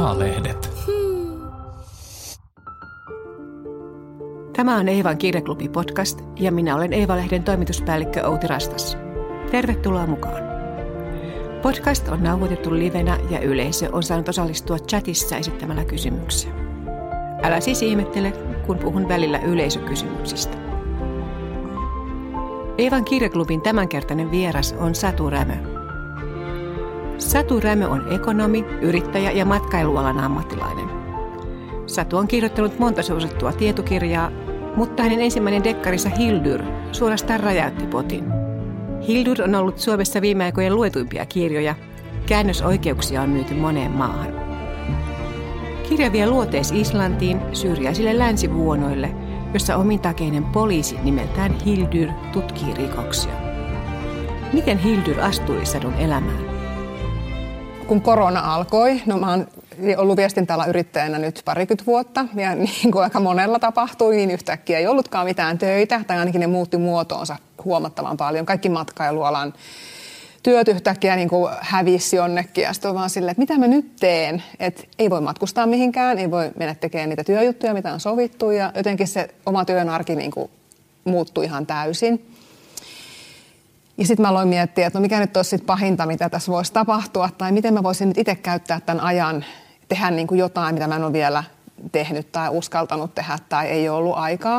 A-lehdet. Tämä on Eevan kirjaklubi-podcast ja minä olen Eeva-lehden toimituspäällikkö Outi Rastas. Tervetuloa mukaan. Podcast on nauhoitettu livenä ja yleisö on saanut osallistua chatissa esittämällä kysymyksiä. Älä siis ihmettele, kun puhun välillä yleisökysymyksistä. Eevan kirjaklubin tämänkertainen vieras on Satu Rämö. Satu Rämö on ekonomi, yrittäjä ja matkailualan ammattilainen. Satu on kirjoittanut monta suosittua tietokirjaa, mutta hänen ensimmäinen dekkarinsa Hildur suorastaan räjäytti potin. Hildur on ollut Suomessa viime aikojen luetuimpia kirjoja. Käännösoikeuksia on myyty moneen maahan. Kirja vie luotees Islantiin syrjäisille länsivuonoille, jossa omintakeinen poliisi nimeltään Hildur tutkii rikoksia. Miten Hildur astui Sadun elämään? Kun korona alkoi, mä oon ollut viestintäalan yrittäjänä nyt 20 vuotta ja niin kuin aika monella tapahtui, niin yhtäkkiä ei ollutkaan mitään töitä tai ainakin ne muutti muotoonsa huomattavan paljon. Kaikki matkailualan työt yhtäkkiä niin kuin hävisi jonnekin ja sitten on vaan silleen, että mitä mä nyt teen, että ei voi matkustaa mihinkään, ei voi mennä tekemään niitä työjuttuja, mitä on sovittu ja jotenkin se oma työn arki niin kuin muuttui ihan täysin. Ja sitten mä aloin miettiä, että no mikä nyt olisi sit pahinta, mitä tässä voisi tapahtua, tai miten mä voisin nyt itse käyttää tämän ajan, tehdä niin kuin jotain, mitä mä en ole vielä tehnyt tai uskaltanut tehdä tai ei ole ollut aikaa.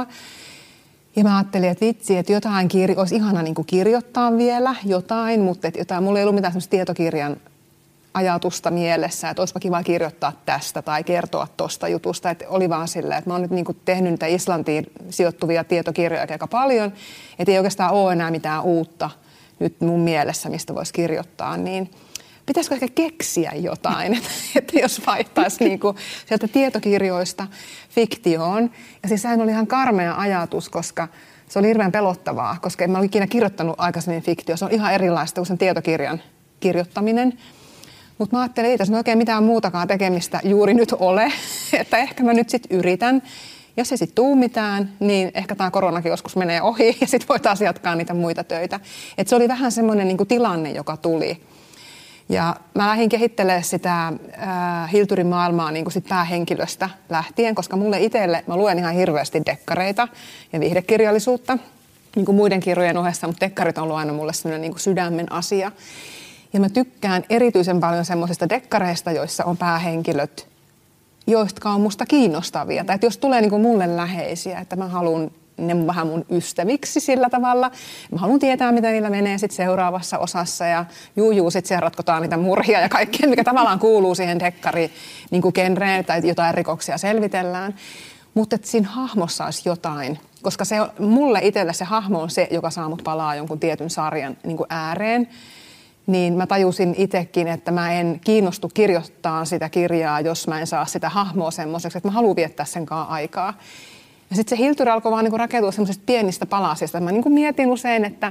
Ja mä ajattelin, että vitsi, että jotain olisi ihana niin kuin kirjoittaa vielä jotain, mutta että mulla ei ollut mitään semmoista tietokirjan ajatusta mielessä, että olisipa kiva kirjoittaa tästä tai kertoa tuosta jutusta. Että oli vaan silleen, että mä oon nyt niin kuin tehnyt niitä Islantiin sijoittuvia tietokirjoja aika paljon, että ei oikeastaan ole enää mitään uutta nyt mun mielessä, mistä voisi kirjoittaa, niin pitäisikö ehkä keksiä jotain, että jos vaihtaisi niinku sieltä tietokirjoista fiktioon. Ja siis sehän oli ihan karmea ajatus, koska se oli hirveän pelottavaa, koska en mä ole ikinä kirjoittanut aikaisemmin fiktio. Se on ihan erilaista kuin sen tietokirjan kirjoittaminen. Mutta mä ajattelin, että ei tässä oikein mitään muutakaan tekemistä juuri nyt ole, että ehkä mä nyt sitten yritän. Jos ei sitten tuu mitään, niin ehkä tämä koronakin joskus menee ohi ja sitten voi taas jatkaa niitä muita töitä. Et se oli vähän semmoinen niinku tilanne, joka tuli. Ja mä lähdin kehittelemään sitä Hildurin maailmaa niinku sit päähenkilöstä lähtien, koska mulle itselle, mä luen ihan hirveästi dekkareita ja viihdekirjallisuutta niin kuin muiden kirjojen ohessa, mutta dekkarit on ollut aina mulle semmoinen niinku sydämen asia. Ja mä tykkään erityisen paljon semmoisista dekkareista, joissa on päähenkilöt, jotka on musta kiinnostavia. Tai että jos tulee niin kuin mulle läheisiä, että mä haluan ne vähän mun ystäviksi sillä tavalla. Mä haluan tietää, mitä niillä menee sit seuraavassa osassa. Ja sitten siellä ratkotaan niitä murhia ja kaikkea, mikä tavallaan kuuluu siihen dekkari niin kuin genreen tai jotain rikoksia selvitellään. Mutta että siinä hahmossa olisi jotain. Koska mulle itselle se hahmo on se, joka saa mut palaa jonkun tietyn sarjan niin kuin ääreen. Niin mä tajusin itsekin, että mä en kiinnostu kirjoittaa sitä kirjaa, jos mä en saa sitä hahmoa semmoiseksi, että mä haluan viettää sen kanssa aikaa. Ja sitten se Hildur alkoi vaan niinku rakentua semmoisista pienistä palasista. Mä niinku mietin usein, että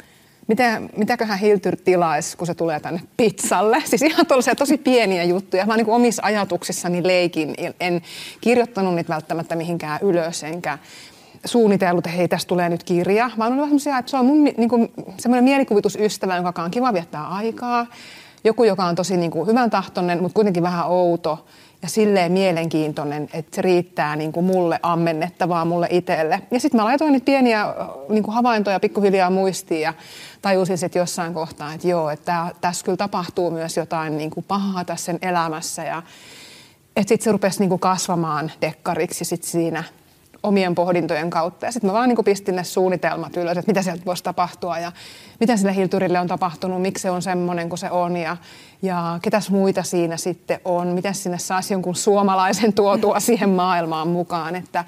mitäköhän Hildur tilaisi, kun se tulee tänne pizzalle. Siis ihan tosi pieniä juttuja. Mä niinku omissa ajatuksissani leikin. En kirjoittanut niitä välttämättä mihinkään ylös, enkä suunnitellut, että hei, tästä tulee nyt kirja, vaan on semmoisia, että se on mun niin semmoinen mielikuvitusystävä, jonka on kiva viettää aikaa. Joku, joka on tosi niin kuin hyvän tahtoinen, mutta kuitenkin vähän outo ja silleen mielenkiintoinen, että se riittää niin kuin mulle ammennettavaa mulle itselle. Ja sitten mä laitoin niitä pieniä niin kuin havaintoja pikkuhiljaa muistiin ja tajusin sitten jossain kohtaa, että joo, että tässä kyllä tapahtuu myös jotain niin kuin pahaa tässä sen elämässä. Ja että sitten se rupesi niin kuin kasvamaan dekkariksi sitten siinä omien pohdintojen kautta. Ja sitten mä vaan niin kuin pistin ne suunnitelmat ylös, että mitä sieltä voisi tapahtua ja mitä sille Hildurille on tapahtunut, miksi se on semmoinen kuin se on ja ketäs muita siinä sitten on, miten sinne saisi jonkun suomalaisen tuotua siihen maailmaan mukaan, että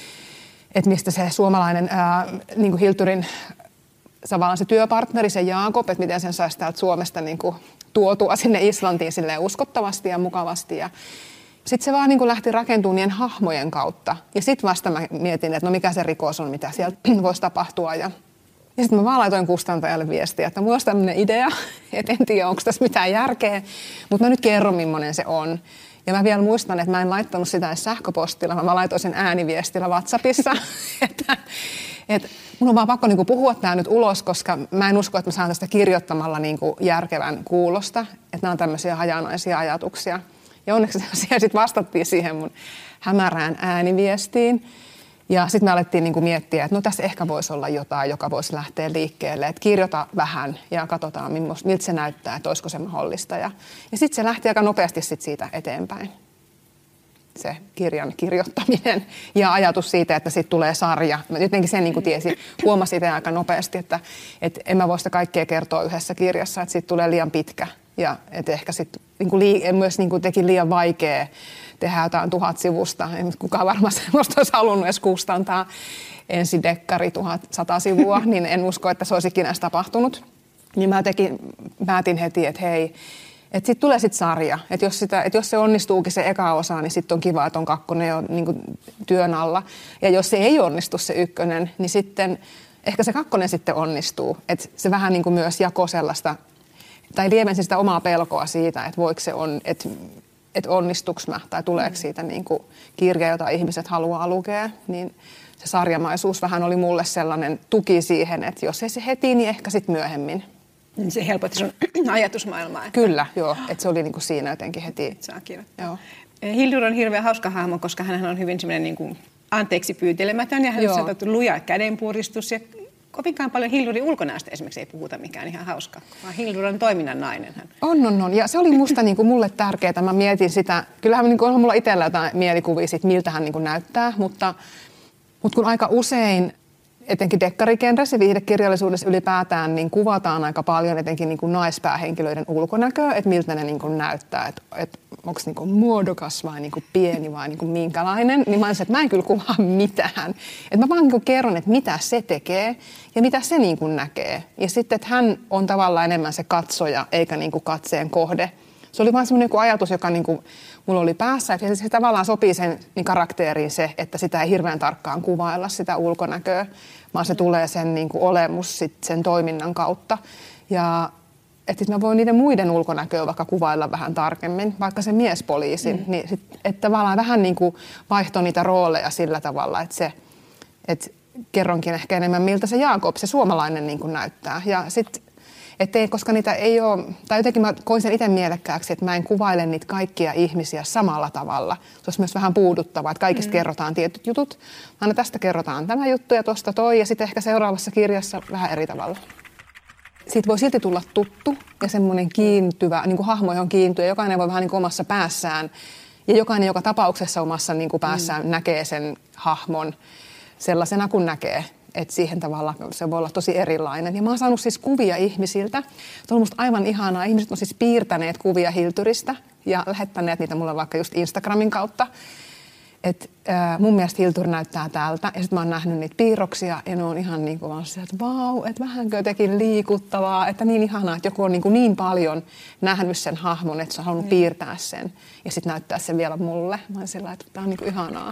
mistä se suomalainen niin kuin Hildurin se työpartneri, se Jaakob, että miten sen saisi täältä Suomesta niin kuin tuotua sinne Islantiin silleen uskottavasti ja mukavasti ja sitten se vaan niin kuin lähti rakentumaan niiden hahmojen kautta. Ja sitten vasta mä mietin, että no mikä se rikos on, mitä sieltä voisi tapahtua. Ja sitten mä vaan laitoin kustantajalle viestiä, että mulla olisi tämmöinen idea, että en tiedä, onko tässä mitään järkeä. Mutta mä nyt kerron, millainen se on. Ja mä vielä muistan, että mä en laittanut sitä edes sähköpostilla, vaan mä laitoin sen ääniviestillä WhatsAppissa. että mun on vaan pakko niin kuin puhua tää nyt ulos, koska mä en usko, että mä saan tästä kirjoittamalla niin kuin järkevän kuulosta. Että nämä on tämmöisiä hajanaisia ajatuksia. Ja onneksi siellä sitten vastattiin siihen mun hämärään ääniviestiin. Ja sitten me alettiin niinku miettiä, että no tässä ehkä voisi olla jotain, joka voisi lähteä liikkeelle. Että kirjoita vähän ja katsotaan, miltä se näyttää, että olisiko se mahdollista. Ja sitten se lähti aika nopeasti siitä eteenpäin. Se kirjan kirjoittaminen ja ajatus siitä, että sitten tulee sarja. Mä jotenkin sen niin tiesin, huomasin itse aika nopeasti, että en mä voi sitä kaikkea kertoa yhdessä kirjassa, että siitä tulee liian pitkä. Ja että ehkä sitten myös teki liian vaikea tehdä jotain 1000 sivusta. Ei kukaan varmaan semmoista olisi halunnut edes kustantaa ensidekkari 1100 sivua, niin en usko, että se olisi ikinä tapahtunut. Niin mä päätin heti, että hei, että sitten tulee sitten sarja. Että jos se onnistuukin se eka osa, niin sitten on kiva, että on kakkonen jo niin kuin työn alla. Ja jos se ei onnistu se ykkönen, niin sitten ehkä se kakkonen sitten onnistuu. Että se vähän niin kuin myös jakoi sellaista, tai lievensi sitä omaa pelkoa siitä, että voiko se että onnistuuko mä, tai tuleeko siitä niin kuin kirja, jota ihmiset haluaa lukea. Niin se sarjamaisuus vähän oli mulle sellainen tuki siihen, että jos ei se heti, niin ehkä sitten myöhemmin. Se helpotti sun ajatusmaailmaa. Kyllä, joo. Että se oli niinku siinä jotenkin heti. Saa kirjoittaa. Joo. Hildur on hirveän hauska hahmo, koska hän on hyvin semmoinen niinku anteeksi pyytelemätön ja hän on luja kädenpuristus. Ja kovinkaan paljon Hildurin ulkonäöstä esimerkiksi ei puhuta mikään ihan hauska, vaan Hildur on toiminnan nainen. On. Ja se oli musta niinku mulle tärkeää. Mä mietin sitä, kyllähän niinku on mulla itsellä jotain mielikuvia siitä, miltä hän niinku näyttää, mutta kun aika usein etenkin dekkarigenressä, viihdekirjallisuudessa ylipäätään, niin kuvataan aika paljon etenkin niin kuin naispäähenkilöiden ulkonäköä, että miltä ne niin kuin näyttää, että onko se niin kuin muodokas vai niin kuin pieni vai niin kuin minkälainen. Niin mä olisin, että mä en kyllä kuvaa mitään. Että mä vaan niin kuin kerron, että mitä se tekee ja mitä se niin kuin näkee. Ja sitten, että hän on tavallaan enemmän se katsoja eikä niin kuin katseen kohde. Se oli vaan semmoinen ajatus, joka niin kuin mulla oli päässä, että se tavallaan sopii sen niin karakteriin se, että sitä ei hirveän tarkkaan kuvailla sitä ulkonäköä, vaan se tulee sen niin kuin olemus sit sen toiminnan kautta. Ja että mä voin niiden muiden ulkonäköä vaikka kuvailla vähän tarkemmin, vaikka se miespoliisin, niin että tavallaan vähän niin kuin vaihtoi niitä rooleja sillä tavalla, että kerronkin ehkä enemmän miltä se Jaakob, se suomalainen niin kuin näyttää. Ja sitten koska niitä ei ole, tai jotenkin mä koin sen itse mielekkääksi, että mä en kuvaile niitä kaikkia ihmisiä samalla tavalla. Se olisi myös vähän puuduttavaa, että kaikista kerrotaan tietyt jutut. Aina tästä kerrotaan tämä juttu ja tuosta toi, ja sitten ehkä seuraavassa kirjassa vähän eri tavalla. Siitä voi silti tulla tuttu ja semmoinen kiintyvä, niin kuin hahmo, johon kiintyy, ja jokainen voi vähän niin kuin omassa päässään, ja jokainen joka tapauksessa omassa niin kuin päässään näkee sen hahmon sellaisena kuin näkee. Että siihen tavalla se voi olla tosi erilainen. Ja mä oon saanut siis kuvia ihmisiltä. Se on musta aivan ihanaa. Ihmiset on siis piirtäneet kuvia Hildurista ja lähettäneet niitä mulle vaikka just Instagramin kautta. Että mun mielestä Hildur näyttää tältä. Ja sitten mä oon nähnyt niitä piirroksia ja ne on ihan niin kuin vaan se, että vau, että vähänkö jotenkin liikuttavaa. Että niin ihanaa, että joku on niin paljon nähnyt sen hahmon, että se on halunnut piirtää sen. Ja sitten näyttää sen vielä mulle. Mä oon sillä, että tää on niin kuin ihanaa.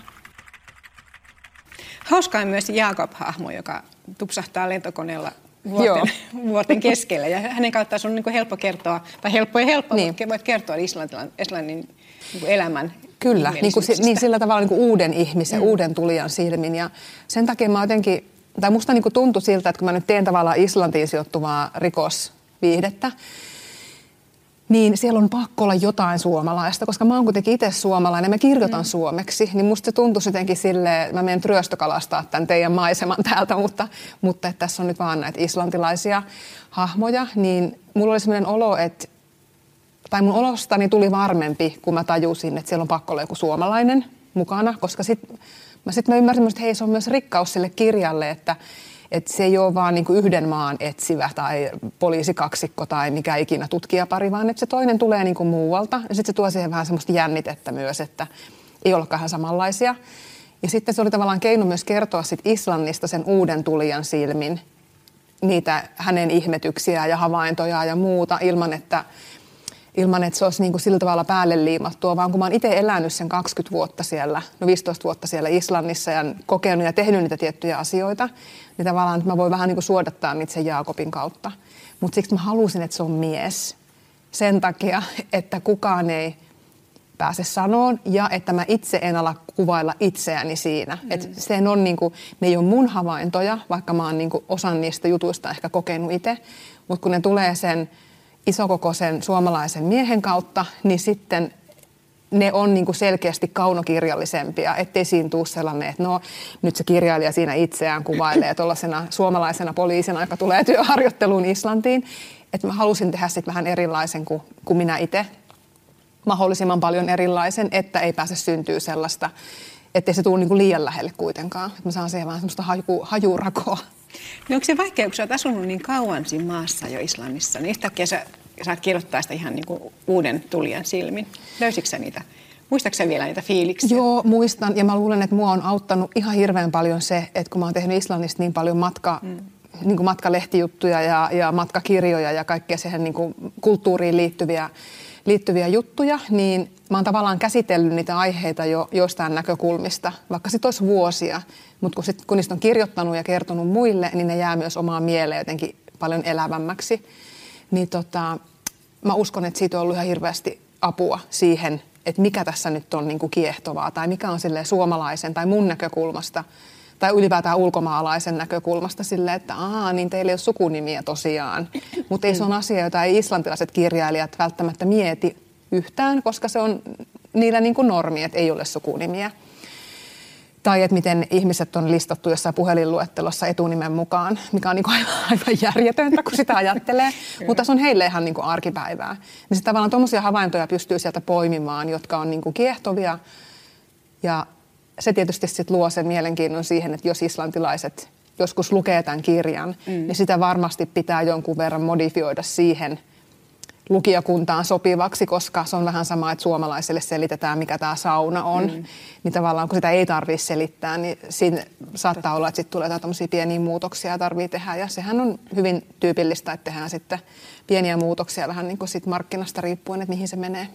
Hauskaa on myös Jaakob-hahmo, joka tupsahtaa lentokoneella vuorten keskellä. Ja hänen kauttaan on niin kuin helppo kertoa, tai helppo, mutta voit kertoa Islannin niin kuin elämän. Kyllä, niin sillä tavalla niin kuin uuden ihmisen, uuden tulijan silmin. Ja sen takia mä jotenkin, tai musta niin kuin tuntui siltä, että kun mä nyt teen tavallaan Islantiin sijoittuvaa rikosviihdettä, niin siellä on pakko olla jotain suomalaista, koska mä oon kuitenkin itse suomalainen, mä kirjoitan suomeksi, niin musta se tuntuisi jotenkin silleen, mä menen ryöstökalastaa tämän teidän maiseman täältä, mutta että tässä on nyt vaan näitä islantilaisia hahmoja, niin mulla oli sellainen olo, tai mun olostani tuli varmempi, kun mä tajusin, että siellä on pakko olla joku suomalainen mukana, koska sitten mä ymmärsin, että hei, se on myös rikkaus sille kirjalle, että se ei ole vaan niin kuin yhden maan etsivä tai poliisikaksikko tai mikä ikinä tutkijapari, vaan että se toinen tulee niin kuin muualta. Ja sitten se tuo siihen vähän semmoista jännitettä myös, että ei olekaan ihan samanlaisia. Ja sitten se oli tavallaan keino myös kertoa sit Islannista sen uuden tulijan silmin niitä hänen ihmetyksiä ja havaintoja ja muuta ilman, että se olisi niin kuin sillä tavalla päälle liimattua, vaan kun mä oon itse elänyt sen 20 vuotta siellä, 15 vuotta siellä Islannissa ja kokenut ja tehnyt niitä tiettyjä asioita, niin tavallaan että mä voin vähän niin kuin suodattaa niitä sen Jaakobin kautta. Mutta siksi mä halusin, että se on mies. Sen takia, että kukaan ei pääse sanoon ja että mä itse en ala kuvailla itseäni siinä. Että sen on niin kuin, ne ei ole mun havaintoja, vaikka mä oon niin kuin osan niistä jutuista ehkä kokenut itse, mutta kun ne tulee sen isokokoisen suomalaisen miehen kautta, niin sitten ne on niin kuin selkeästi kaunokirjallisempia, ettei siinä tule sellainen, että no nyt se kirjailija siinä itseään kuvailee tuollaisena suomalaisena poliisina, joka tulee työharjoitteluun Islantiin. Että mä halusin tehdä sitten vähän erilaisen kuin minä itse, mahdollisimman paljon erilaisen, että ei pääse syntyä sellaista, ettei se tule niin kuin liian lähelle kuitenkaan. Että mä saan siihen vähän semmoista hajurakoa. No onko se vaikea, kun sä oot asunut niin kauan siinä maassa jo Islannissa, niin yhtäkkiä sä saat kirjoittaa sitä ihan niin kuin uuden tulijan silmin. Löysitkö sä niitä? Muistatko sä vielä niitä fiiliksiä? Joo, muistan. Ja mä luulen, että mua on auttanut ihan hirveän paljon se, että kun mä oon tehnyt Islannista niin paljon niin kuin matkalehtijuttuja ja matkakirjoja ja kaikkea siihen niin kuin kulttuuriin liittyviä juttuja, niin mä oon tavallaan käsitellyt niitä aiheita jo jostain näkökulmista, vaikka sit olisi vuosia. Mutta kun niistä on kirjoittanut ja kertonut muille, niin ne jää myös omaan mieleen jotenkin paljon elävämmäksi. Niin mä uskon, että siitä on ollut ihan hirveästi apua siihen, että mikä tässä nyt on niin kuin kiehtovaa tai mikä on silleen suomalaisen tai mun näkökulmasta tai ylipäätään ulkomaalaisen näkökulmasta silleen, että niin teillä ei ole sukunimiä tosiaan. Mutta ei se on asia, jota ei islantilaiset kirjailijat välttämättä mieti yhtään, koska se on niillä niin kuin normi, että ei ole sukunimiä. Tai että miten ihmiset on listattu jossain puhelinluettelossa etunimen mukaan, mikä on niin kuin aivan järjetöntä, kun sitä ajattelee. Mutta se on heille ihan niin kuin arkipäivää. Niin sitten tavallaan tuommoisia havaintoja pystyy sieltä poimimaan, jotka on niin kuin kiehtovia. Ja se tietysti sitten luo sen mielenkiinnon siihen, että jos islantilaiset joskus lukee tämän kirjan, niin sitä varmasti pitää jonkun verran modifioida siihen lukijakuntaan sopivaksi, koska se on vähän sama, että suomalaisille selitetään, mikä tämä sauna on. Niin tavallaan, kun sitä ei tarvitse selittää, niin siinä saattaa olla, että sitten tulee tämmöisiä pieniä muutoksia ja tarvitsee tehdä. Ja sehän on hyvin tyypillistä, että tehdään sitten pieniä muutoksia vähän niin kuin sit markkinasta riippuen, että mihin se menee.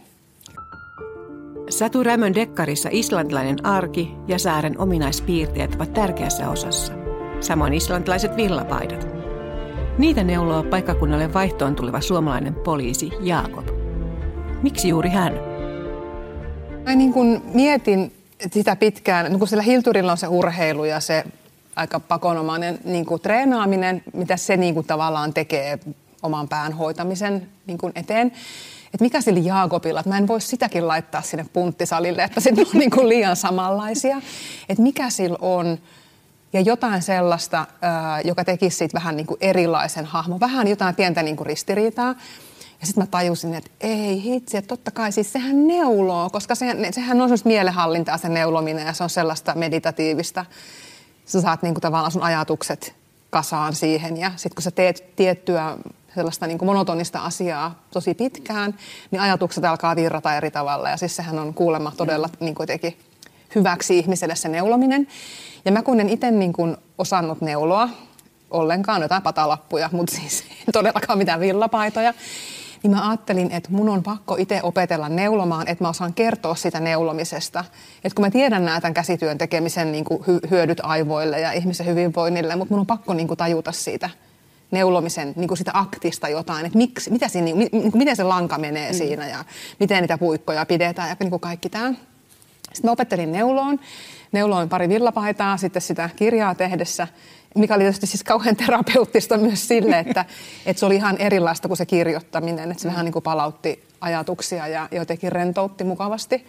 Satu Rämön dekkarissa islantilainen arki ja saaren ominaispiirteet ovat tärkeässä osassa. Samoin islantilaiset villapaidat. Niitä neuloo paikkakunnalle vaihtoon tuleva suomalainen poliisi Jaakob. Miksi juuri hän? Mä niin kun mietin sitä pitkään, kun sillä Hilturilla on se urheilu ja se aika pakonomainen niin kuin treenaaminen, mitä se niin kuin tavallaan tekee oman pään hoitamisen niin kuin eteen. Että mikä sillä Jaakobilla, että mä en voi sitäkin laittaa sinne punttisalille, että sitten on niin kuin liian samanlaisia. Että mikä sillä on ja jotain sellaista, joka tekisi siitä vähän niin kuin erilaisen hahmon, vähän jotain pientä niin kuin ristiriitaa. Ja sitten mä tajusin, että ei hitsi, että totta kai siis sehän neuloo, koska sehän on semmoista mielenhallintaa se neulominen ja se on sellaista meditatiivista. Sä saat niin kuin tavallaan sun ajatukset kasaan siihen ja sitten kun sä teet tiettyä sellaista niin kuin monotonista asiaa tosi pitkään, niin ajatukset alkaa virrata eri tavalla ja siis sehän on kuulemma todella niin kuin teki hyväksi ihmiselle se neulominen. Ja mä kun en itse niin kuin osannut neuloa ollenkaan, jotain patalappuja, mutta siis en todellakaan mitään villapaitoja, niin mä ajattelin, että mun on pakko itse opetella neulomaan, että mä osaan kertoa sitä neulomisesta. Että kun mä tiedän nämä tämän käsityön tekemisen niin kuin hyödyt aivoille ja ihmisen hyvinvoinnille, mutta mun on pakko niin kuin tajuta siitä neulomisen, niin kuin sitä aktista jotain, että miten se lanka menee siinä ja miten niitä puikkoja pidetään ja niin kuin kaikki tämä. Sitten mä opettelin neuloin pari villapaitaa sitten sitä kirjaa tehdessä, mikä oli tietysti siis kauhean terapeuttista myös sille, että se oli ihan erilaista kuin se kirjoittaminen, että se vähän niin kuin palautti ajatuksia ja jotenkin rentoutti mukavasti.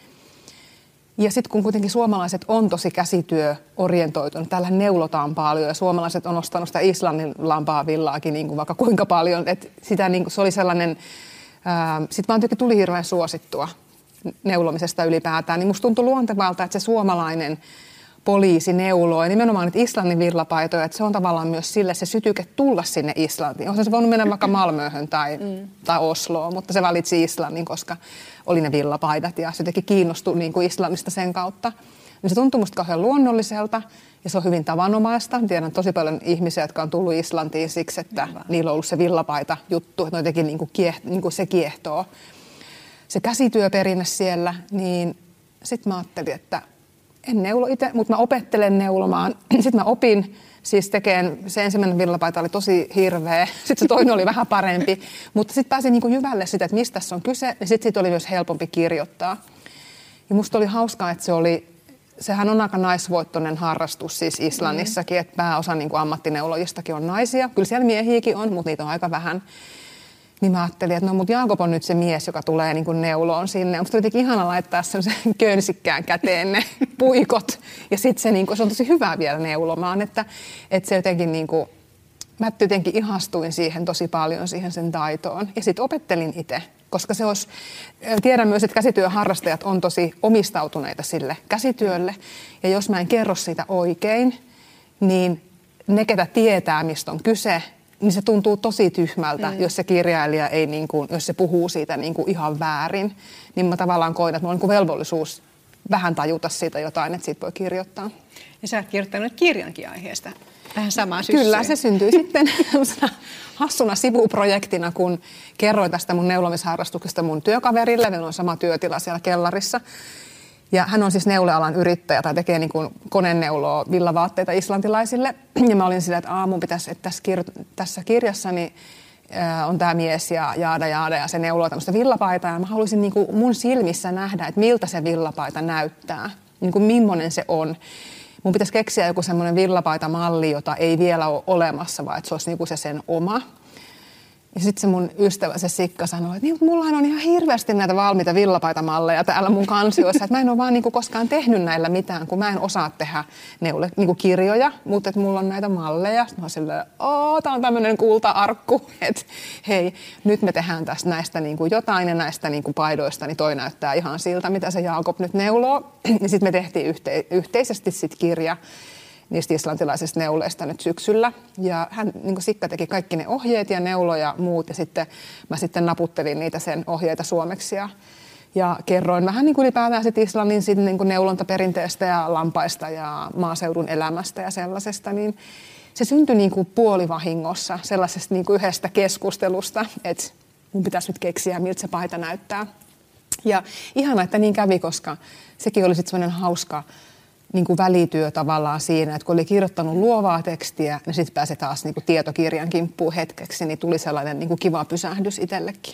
Ja sitten kun kuitenkin suomalaiset on tosi käsityöorientoitunut, täällä neulotaan paljon ja suomalaiset on ostanut sitä Islannin lampaa villaakin niin kuin vaikka kuinka paljon, että sitä niin kuin, se oli sellainen, sitten vaan jotenkin tuli hirveän suosittua neulomisesta ylipäätään, niin musta tuntui luontevalta, että se suomalainen poliisi neuloo ja nimenomaan nyt Islannin villapaitoja, että se on tavallaan myös sille se sytyke tulla sinne Islantiin. Olisi se voinut mennä vaikka Malmöhön tai Osloon, mutta se valitsi Islannin, koska oli ne villapaidat ja se jotenkin kiinnostui niin kuin Islannista sen kautta. Niin se tuntui musta kauhean luonnolliselta ja se on hyvin tavanomaista. Tiedän tosi paljon ihmisiä, jotka on tullut Islantiin siksi, että niillä on ollut se villapaita juttu, että ne jotenkin niin kuin se kiehtoo. Se käsityöperinne siellä, niin sitten mä ajattelin, että en neulo itse, mutta mä opettelen neulomaan. Sitten mä opin siis tekemään, se ensimmäinen villapaita oli tosi hirveä, sitten se toinen oli vähän parempi, mutta sitten pääsin niin kuin jyvälle sitä, että mistä tässä on kyse, ja sitten siitä oli myös helpompi kirjoittaa. Ja musta oli hauskaa, että sehän on aika naisvoittoinen harrastus siis Islannissakin, että pääosa niin kuin ammattineulojistakin on naisia. Kyllä siellä miehiäkin on, mutta niitä on aika vähän. Niin mä ajattelin, että no mut Jaakob on nyt se mies, joka tulee niin kuin neuloon sinne. Musta on jotenkin ihana laittaa sen köönsikkään käteen ne puikot. Ja sitten se, niin kuin, se on tosi hyvä vielä neulomaan, että se jotenkin niin kuin, mä jotenkin ihastuin siihen tosi paljon, siihen sen taitoon. Ja sitten opettelin itse, koska se olisi, tiedän myös, että käsityöharrastajat on tosi omistautuneita sille käsityölle. Ja jos mä en kerro siitä oikein, niin ne, ketä tietää, mistä on kyse, niin se tuntuu tosi tyhmältä, jos se kirjailija ei, niin kuin, jos se puhuu siitä niin kuin ihan väärin. Niin mä tavallaan koen, että mulla on niin kuin velvollisuus vähän tajuta siitä jotain, että siitä voi kirjoittaa. Ja sä oot kirjoittanut kirjankin aiheesta. Vähän samaa syssyä. Kyllä, se syntyi sitten hassuna sivuprojektina, kun kerroin tästä mun neulomisharrastuksesta mun työkaverille. Meillä on sama työtila siellä kellarissa. Ja hän on siis neulealan yrittäjä tai tekee niin kuin koneneuloa villavaatteita islantilaisille. Ja mä olin sillä, että mun pitäisi, että tässä kirjassani on tämä mies ja jaada ja se neuloo tämmöistä villapaitaa. Ja mä haluaisin niin kuin mun silmissä nähdä, että miltä se villapaita näyttää, niin kuin millainen se on. Mun pitäisi keksiä joku semmoinen villapaitamalli, jota ei vielä ole olemassa, vaan että se olisi niin kuin se sen oma. Ja sitten se mun ystävä, se Sikka, sanoi, että niin, mullahan on ihan hirveästi näitä valmiita villapaitamalleja täällä mun kansioissa. Että mä en ole vaan niinku koskaan tehnyt näillä mitään, kun mä en osaa tehdä niinku kirjoja, mutta että mulla on näitä malleja. Mä oon silleen, tää on tämmöinen kulta-arkku, että hei, nyt me tehdään tästä näistä niinku jotain ja näistä niinku paidoista, niin toi näyttää ihan siltä, mitä se Jaakob nyt neuloo. Ja sitten me tehtiin yhteisesti sit kirja niistä islantilaisista neuleista nyt syksyllä. Ja hän, niin kuin Sikka, teki kaikki ne ohjeet ja neulo ja muut. Ja sitten mä sitten naputtelin niitä sen ohjeita suomeksi. Ja kerroin vähän niin kuin ylipäätään sit Islannin sit niin kuin neulontaperinteestä ja lampaista ja maaseudun elämästä ja sellaisesta. Niin se syntyi niin kuin puolivahingossa sellaisesta niin kuin yhdestä keskustelusta, että mun pitäisi nyt keksiä, miltä se paita näyttää. Ja ihana, että niin kävi, koska sekin oli sitten sellainen hauska niin kuin välityö tavallaan siinä, että kun oli kirjoittanut luovaa tekstiä, niin sitten pääsi taas niin kuin tietokirjan kimppuun hetkeksi, niin tuli sellainen niin kuin kiva pysähdys itsellekin.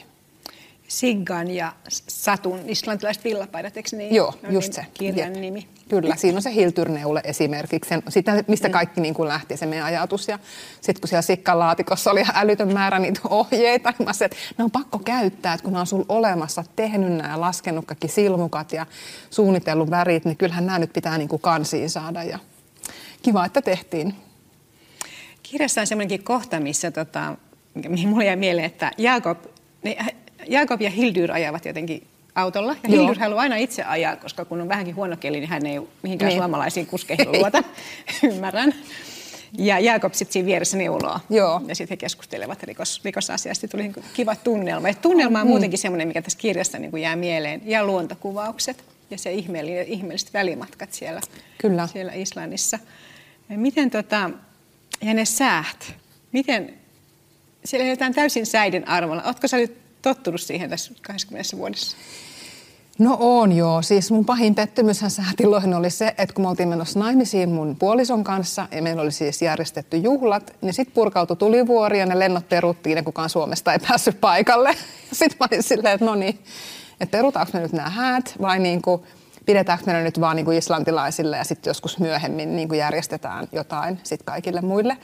Siggan ja Satun islantilaiset villapaidat, eikö niin? Joo, no, just niin, se. kirjan nimi. Kyllä, siinä on se Hildur-neule esimerkiksi, sitä, mistä kaikki niin kuin lähti se meidän ajatus. Ja sitten kun siellä Sikkan laatikossa oli älytön määrä niitä ohjeita, niin mä sanoin, että ne on pakko käyttää, että kun ne on sulla olemassa, tehnyt nämä ja laskenut kaikki silmukat ja suunnitellut värit, niin kyllähän nämä nyt pitää niin kuin kansiin saada. Ja kiva, että tehtiin. Kirjassa on semmoinenkin kohta, missä mihin mulle jäi mieleen, että Jaakob ja Hildur ajavat jotenkin autolla. Ja Hildur haluaa aina itse ajaa, koska kun on vähänkin huono keli, niin hän ei mihinkään suomalaisiin kuskeihin luota. Ymmärrän. Ja Jaakob sitten siinä vieressä neuloo. Joo. Ja sitten he keskustelevat rikosasiasta. Tuli kiva tunnelma. Ja tunnelma on muutenkin semmoinen, mikä tässä kirjassa niin kuin jää mieleen. Ja luontokuvaukset ja se ihmeelliset välimatkat siellä Islannissa. Miten ja ne säät. Miten, siellä eletään täysin säiden armolla. Ootko sä nyt tottunut siihen tässä 20 vuodessa? No on joo. Siis mun pahin pettymyshän säätiloihin oli se, että kun me oltiin menossa naimisiin mun puolison kanssa ja meillä oli siis järjestetty juhlat, niin sitten purkautui tulivuori ja ne lennot peruttiin ja kukaan Suomesta ei päässyt paikalle. Sitten mä olin silleen, että no niin, että perutaanko me nyt nämä häät vai niin kuin pidetäänkö me ne nyt vaan niin kuin islantilaisille ja sitten joskus myöhemmin niin kuin järjestetään jotain sitten kaikille muille.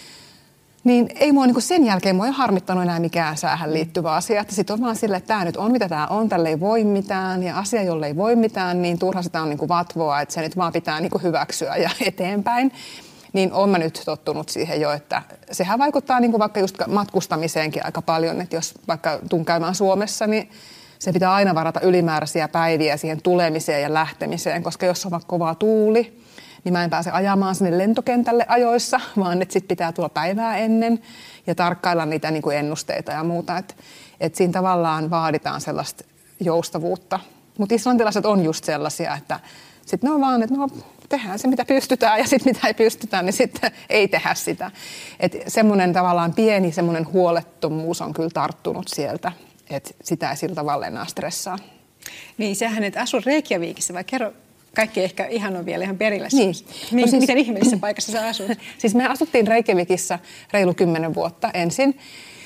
Niin ei mua niin sen jälkeen mua ei harmittanut enää mikään säähän liittyvä asia. Sitten on vaan silleen, että tämä nyt on mitä tämä on, tälle ei voi mitään ja asia, jolle ei voi mitään, niin turha sitä on niin vatvoa, että se nyt vaan pitää niin hyväksyä ja eteenpäin. Niin olen mä nyt tottunut siihen jo, että sehän vaikuttaa niin vaikka just matkustamiseenkin aika paljon, että jos vaikka tuun käymään Suomessa, niin se pitää aina varata ylimääräisiä päiviä siihen tulemiseen ja lähtemiseen, koska jos on vaikka kovaa tuuli, niin mä en pääse ajamaan sinne lentokentälle ajoissa, vaan että sit pitää tulla päivää ennen ja tarkkailla niitä niin kuin ennusteita ja muuta. Että siinä tavallaan vaaditaan sellaista joustavuutta. Mutta islantilaiset on just sellaisia, että sitten ne on vaan, että no tehdään se mitä pystytään ja sitten mitä ei pystytä, niin sitten ei tehdä sitä. Että semmoinen tavallaan pieni semmoinen huolettomuus on kyllä tarttunut sieltä, että sitä ei sillä tavalla enää stressaa. Niin, sähän et asu Reykjavikissa, vai kerro. Kaikki ehkä ihan on vielä ihan perillä. Niin. No siis, miten ihmeellisessä paikassa sä asut? Siis me asuttiin Reykjavikissa reilu 10 vuotta ensin.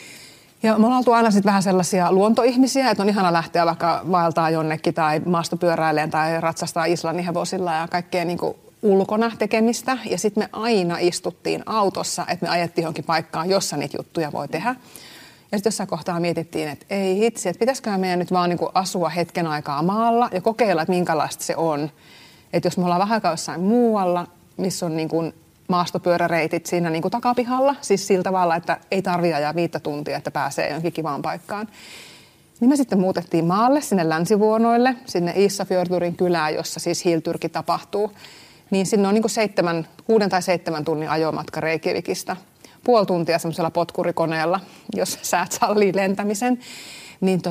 Ja me ollaan oltu aina sitten vähän sellaisia luontoihmisiä, että on ihana lähteä vaikka vaeltaa jonnekin tai maastopyöräilemään tai ratsastaa Islannin hevosilla ja kaikkea niin kuin ulkona tekemistä. Ja sitten me aina istuttiin autossa, että me ajettiin johonkin paikkaan, jossa niitä juttuja voi tehdä. Ja sitten jossain kohtaa mietittiin, että ei hitsi, että pitäisikö meidän nyt vaan niin kuin asua hetken aikaa maalla ja kokeilla, että minkälaista se on. Että jos me ollaan vähän aikaa jossain muualla, missä on niin kuin maastopyöräreitit siinä niin kuin takapihalla, siis sillä tavalla, että ei tarvitse ajaa 5 tuntia, että pääsee johonkin kivaan paikkaan. Niin me sitten muutettiin maalle sinne Länsivuonoille, sinne Ísafjördurin kylään, jossa siis Hilturki tapahtuu. Niin sinne on niin kuin 6 tai 7 tunnin ajomatka Reykjavikista. Puoli tuntia semmoisella potkurikoneella, jos säät sallii lentämisen. Niin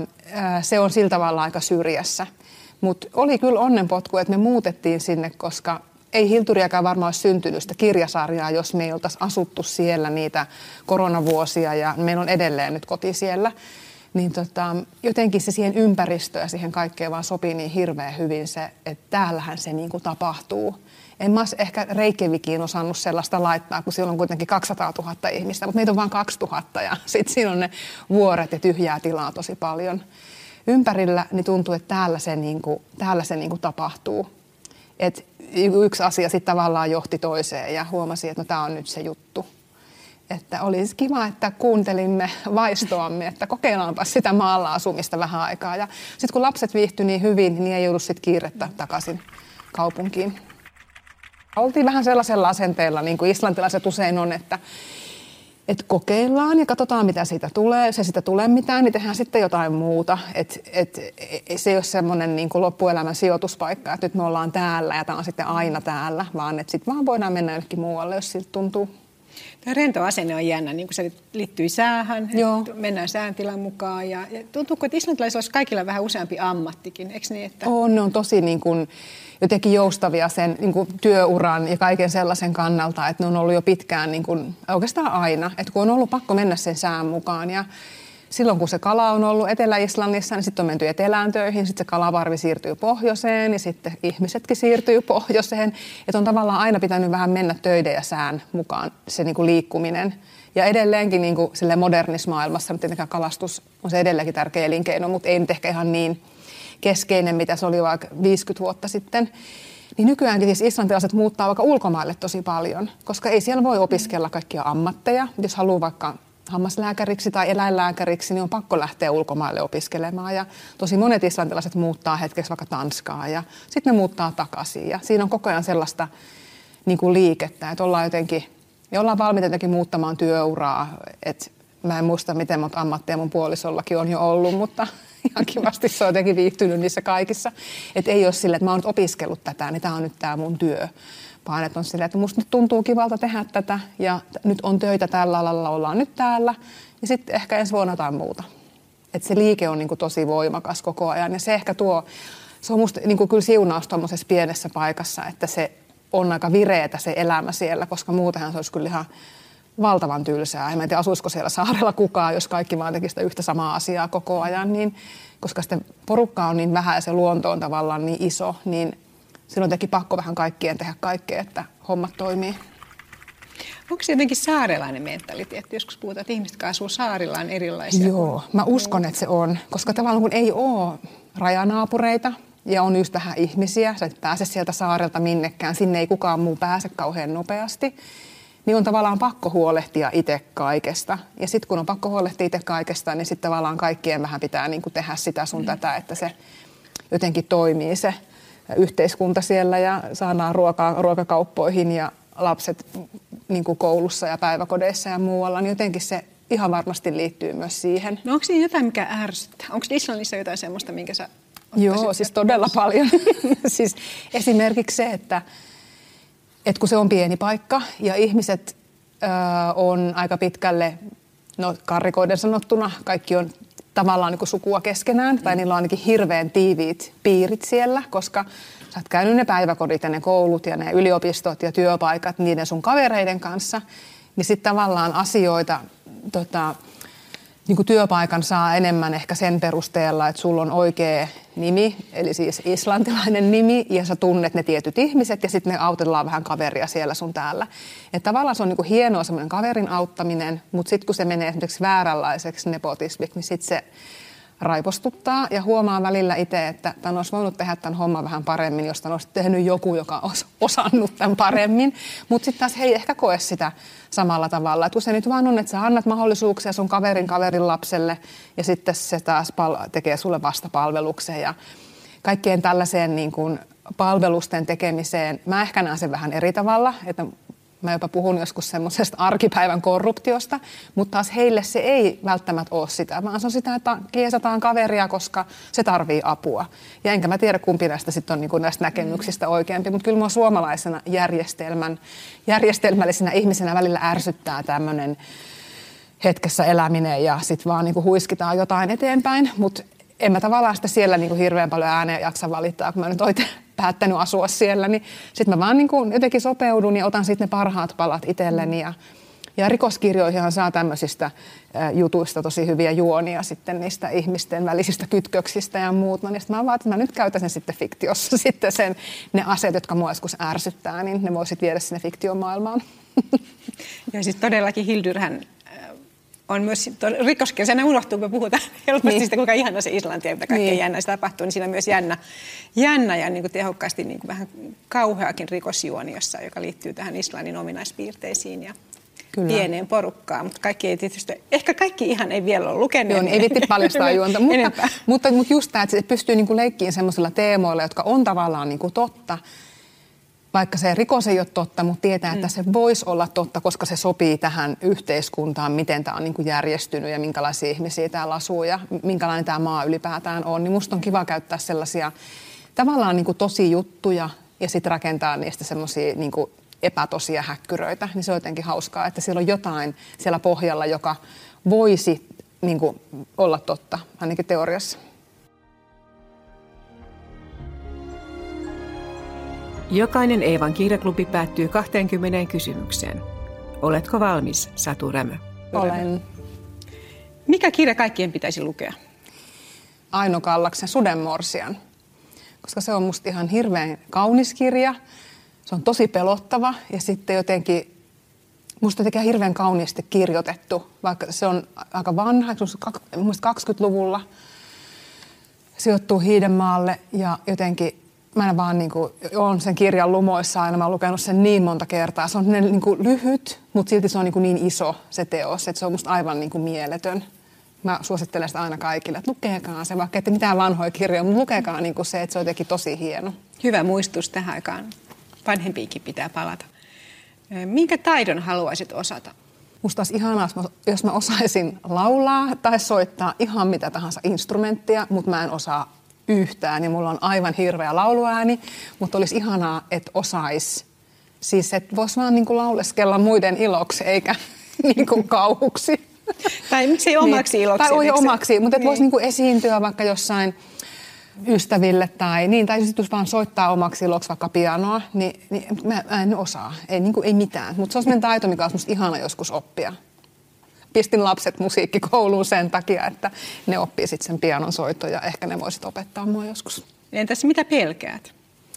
se on sillä tavalla aika syrjässä. Mutta oli kyllä onnenpotku, että me muutettiin sinne, koska ei Hilturiakaan varmaan olisi syntynyt sitä kirjasarjaa, jos me ei oltaisi asuttu siellä niitä koronavuosia ja meillä on edelleen nyt koti siellä. Niin jotenkin se siihen ympäristöön ja siihen kaikkeen vaan sopii niin hirveän hyvin se, että täällähän se niin kuin tapahtuu. En mä ehkä Reykjavikiin osannut sellaista laittaa, kun siellä on kuitenkin 200 000 ihmistä, mutta meitä on vain 2000 ja sitten siinä on ne vuoret ja tyhjää tilaa tosi paljon. Ympärillä niin tuntuu, että täällä se niin kuin tapahtuu. Et yksi asia sitten tavallaan johti toiseen ja huomasin, että no, tämä on nyt se juttu. Että olisi kiva, että kuuntelimme vaistoamme, että kokeillaanpa sitä maalla asumista vähän aikaa. Ja sitten kun lapset viihtyi niin hyvin, niin ei ollut sitten kiirettä takaisin kaupunkiin. Oltiin vähän sellaisella asenteella, niin kuin islantilaiset usein on, että kokeillaan ja katsotaan, mitä siitä tulee. Jos ei siitä tule mitään, niin tehdään sitten jotain muuta. Se ei ole semmoinen niin kuin loppuelämän sijoituspaikka, että nyt me ollaan täällä ja tämä on sitten aina täällä, vaan että sitten vaan voidaan mennä jonnekin muualle, jos siltä tuntuu. Tämä rento asenne on jännä, niin kuin se liittyy säähän, mennään sääntilan mukaan. Ja tuntuuko, että islantilaisilla olisi kaikilla vähän useampi ammattikin, eikö niin? Että... Ne on tosi niin kuin, jotenkin joustavia sen niin kuin työuran ja kaiken sellaisen kannalta, että ne on ollut jo pitkään, niin kuin, oikeastaan aina, että kun on ollut pakko mennä sen sään mukaan. Ja silloin kun se kala on ollut Etelä-Islannissa, niin sitten on menty etelään töihin, sitten se kalavarvi siirtyy pohjoiseen ja sitten ihmisetkin siirtyy pohjoiseen. Että on tavallaan aina pitänyt vähän mennä töiden ja sään mukaan se niin kuin liikkuminen. Ja edelleenkin niin kuin modernissa maailmassa, mutta tietenkään kalastus on se edelleenkin tärkeä elinkeino, mutta ei nyt ehkä ihan niin keskeinen, mitä se oli vaikka 50 vuotta sitten. Niin nykyäänkin siis islantilaiset muuttaa vaikka ulkomaille tosi paljon, koska ei siellä voi opiskella kaikkia ammatteja. Jos haluaa vaikka hammaslääkäriksi tai eläinlääkäriksi, niin on pakko lähteä ulkomaille opiskelemaan. Ja tosi monet islantilaiset muuttaa hetkeksi vaikka Tanskaa ja sitten ne muuttaa takaisin. Ja siinä on koko ajan sellaista niin kuin liikettä, että ollaan valmiita jotenkin muuttamaan työuraa. Et mä en muista, miten monta ammatteja mun puolisollakin on jo ollut, mutta ihan kivasti se on jotenkin viihtynyt niissä kaikissa. Että ei ole silleen, että mä oon nyt opiskellut tätä, niin tää on nyt tää mun työ. Vaan että on silleen, että musta nyt tuntuu kivalta tehdä tätä ja nyt on töitä tällä alalla, ollaan nyt täällä ja sitten ehkä ensi vuonna jotain muuta. Että se liike on niin kuin tosi voimakas koko ajan ja se ehkä se on musta niin kuin kyllä siunaus tuommoisessa pienessä paikassa, että se on aika vireetä se elämä siellä, koska muutenhan se olisi kyllä ihan valtavan tylsää. En tiedä, asuisiko siellä saarella kukaan, jos kaikki vaan tekisi sitä yhtä samaa asiaa koko ajan, niin, koska sitten porukka on niin vähän ja se luonto on tavallaan niin iso, niin silloin on jotenkin pakko vähän kaikkien tehdä kaikkea, että hommat toimii. Onko se jotenkin saarelainen mentaliteetti? Joskus puhutaan, että ihmiset, jotka asuu saarilla, on erilaisia. Joo, mä uskon, että se on. Koska tavallaan kun ei ole rajanaapureita ja on just vähän ihmisiä, sä et pääse sieltä saarelta minnekään, sinne ei kukaan muu pääse kauhean nopeasti, niin on tavallaan pakko huolehtia itse kaikesta. Ja sitten kun on pakko huolehtia itse kaikesta, niin sitten tavallaan kaikkien vähän pitää niin kuin tehdä sitä sun tätä, että se jotenkin toimii se yhteiskunta siellä ja saadaan ruokakauppoihin ja lapset niin kuin koulussa ja päiväkodeissa ja muualla, niin jotenkin se ihan varmasti liittyy myös siihen. No onko siinä jotain, mikä ärsyttää? Onko Islannissa jotain semmoista, minkä sä Joo, siis todella paljon. Siis esimerkiksi se, että kun se on pieni paikka ja ihmiset on aaika pitkälle, no karrikoiden sanottuna, kaikki on tavallaan niin kuin sukua keskenään, tai niillä on ainakin hirveän tiiviit piirit siellä, koska sä oot käynyt ne päiväkodit ja ne koulut ja ne yliopistot ja työpaikat niiden sun kavereiden kanssa, niin sitten tavallaan asioita, niin kuin työpaikan saa enemmän ehkä sen perusteella, että sulla on oikea nimi, eli siis islantilainen nimi, ja sä tunnet ne tietyt ihmiset, ja sitten ne autellaan vähän kaveria siellä sun täällä. Että tavallaan se on niin kuin hienoa semmoinen kaverin auttaminen, mutta sitten kun se menee esimerkiksi vääränlaiseksi nepotismiksi, niin sitten se raipostuttaa ja huomaa välillä itse, että tämän olisi voinut tehdä tämän homman vähän paremmin, jos tämän olisi tehnyt joku, joka olisi osannut tämän paremmin. Mutta sitten taas he ei ehkä koe sitä samalla tavalla. Et usein nyt vaan on, että sä annat mahdollisuuksia sun kaverin lapselle ja sitten se taas tekee sulle vastapalveluksen ja kaikkeen tällaiseen niin kuin palvelusten tekemiseen. Mä ehkä näen sen vähän eri tavalla, että mä jopa puhun joskus semmoisesta arkipäivän korruptiosta, mutta taas heille se ei välttämättä ole sitä, vaan se on sitä, että kiesataan kaveria, koska se tarvii apua. Ja enkä mä tiedä, kumpi näistä sitten on niin kuin näistä näkemyksistä oikeampi, mutta kyllä mua suomalaisena järjestelmällisenä ihmisenä välillä ärsyttää tämmöinen hetkessä eläminen ja sitten vaan niin kuin huiskitaan jotain eteenpäin, mutta en mä tavallaan sitä siellä niin kuin hirveän paljon ääneen jaksa valittaa, kun mä nyt oikein päättänyt asua siellä, niin sitten mä vaan niin kuin jotenkin sopeudun ja otan sitten ne parhaat palat itselleni. Ja rikoskirjoihinhan saa tämmöisistä jutuista tosi hyviä juonia sitten niistä ihmisten välisistä kytköksistä ja muut. No, niin mä vaan, että mä nyt käytän sen sitten fiktiossa sitten ne aseet, jotka mua joskus ärsyttää, niin ne voisit viedä sinne fiktiomaailmaan. Ja sitten todellakin Hildyrhän on myös rikoskirja, sen unohtuu, kun puhutaan helposti sitä, kuinka ihana se Islanti ja mitä kaikkea jännää se tapahtuu, niin siinä on myös jännä ja niin kuin tehokkaasti niin kuin vähän kauheakin rikosjuoni, joka liittyy tähän Islannin ominaispiirteisiin ja pieneen porukkaan. Mutta kaikki ei tietysti, ehkä kaikki ihan ei vielä ole lukenut. Joo, ei vitti paljastaa juonta, mutta just tämä, että se pystyy niin kuin leikkiin semmoisilla teemoilla, jotka on tavallaan niin kuin totta, vaikka se rikos ei ole totta, mutta tietää, että se voisi olla totta, koska se sopii tähän yhteiskuntaan, miten tämä on niin kuin järjestynyt ja minkälaisia ihmisiä täällä asuu ja minkälainen tämä maa ylipäätään on. Niin musta on kiva käyttää sellaisia tavallaan niin kuin tosi juttuja ja sitten rakentaa niistä semmoisia niin kuin epätosia häkkyröitä. Niin se on jotenkin hauskaa, että siellä on jotain siellä pohjalla, joka voisi niin kuin olla totta, ainakin teoriassa. Jokainen Eevan kirjaklubi päättyy 20 kysymykseen. Oletko valmis, Satu Rämö? Olen. Mikä kirja kaikkien pitäisi lukea? Aino Kallaksen Sudenmorsian, koska se on musta ihan hirveän kaunis kirja. Se on tosi pelottava ja sitten jotenkin musta jotenkin hirveän kauniisti kirjoitettu, vaikka se on aika vanha, musta 20-luvulla sijoittuu Hiidenmaalle ja jotenkin mä en vaan niinku, olen sen kirjan lumoissa aina, mä oon lukenut sen niin monta kertaa. Se on niinku lyhyt, mutta silti se on niin iso se teos, että se on musta aivan niinku mieletön. Mä suosittelen sitä aina kaikille, että lukeekaan se, vaikka ette mitään vanhoja kirjoja, mutta lukeekaa niinku se, että se on jotenkin tosi hieno. Hyvä muistus tähän aikaan. Vanhempiinkin pitää palata. Minkä taidon haluaisit osata? Musta olisi ihanaa, jos mä osaisin laulaa tai soittaa ihan mitä tahansa instrumenttia, mutta mä en osaa yhtään ja mulla on aivan hirveä lauluääni, mutta olisi ihanaa, että osaisi. Siis että voisi vaan niin kuin lauleskella muiden iloksi eikä niin kuin kauhuksi. Tai miksei omaksi iloksi? Tai omaksi, mutta voisi niin kuin esiintyä vaikka jossain ystäville tai sitten jos vaan soittaa omaksi iloksi vaikka pianoa, niin mä en osaa. Ei mitään, mutta se on sellainen taito, mikä olisi musta ihana joskus oppia. Pistin lapset musiikkikouluun sen takia, että ne oppii sitten sen pianon soittoa ja ehkä ne voisit opettaa mua joskus. Entäs mitä pelkäät?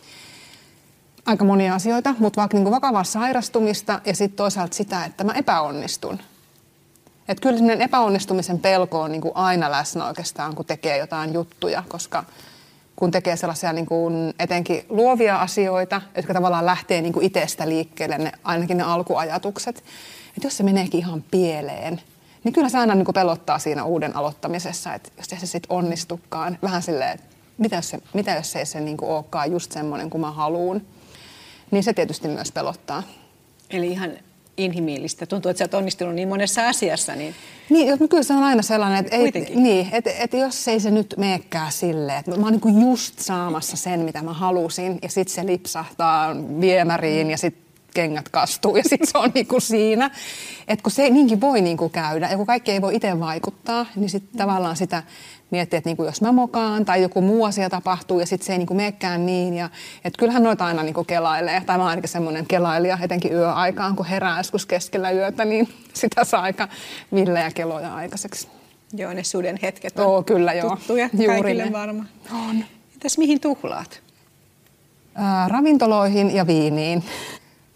Aika monia asioita, mutta vaikka niin kuin vakavaa sairastumista ja sitten toisaalta sitä, että mä epäonnistun. Että kyllä sellainen epäonnistumisen pelko on niin kuin aina läsnä oikeastaan, kun tekee jotain juttuja, koska kun tekee sellaisia niin kuin etenkin luovia asioita, jotka tavallaan lähtee niin kuin itsestä liikkeelle, ainakin ne alkuajatukset, että jos se meneekin ihan pieleen, niin kyllä se aina niin kuin pelottaa siinä uuden aloittamisessa, että jos se sitten onnistukaan, vähän silleen, että mitä jos ei se niin kuin olekaan just semmoinen kuin mä haluun, niin se tietysti myös pelottaa. Eli ihan inhimillistä. Tuntuu, että sä oot onnistunut niin monessa asiassa. Niin kyllä se on aina sellainen, että jos ei se nyt meekään silleen, että mä oon niin kuin just saamassa sen, mitä mä halusin, ja sitten se lipsahtaa viemäriin, ja sitten kengät kastuu, ja sitten se on niin kuin siinä. Että kun se niinkin voi niin kuin käydä, ja kun kaikki ei voi itse vaikuttaa, niin sitten tavallaan sitä miettii, että niin kuin jos mä mokaan, tai joku muu asia tapahtuu, ja sitten se ei niin kuin meekään niin. Ja, että kyllähän noita aina niin kuin kelailee, tai mä oon ainakin semmoinen kelailija, etenkin yöaikaan, kun herää joskus keskellä yötä, niin sitä saa aika villejä keloja aikaiseksi. Joo, ne suden hetket on kyllä, tuttuja kaikille varmaan. On. Mitäs mihin tuhlaat? Ravintoloihin ja viiniin.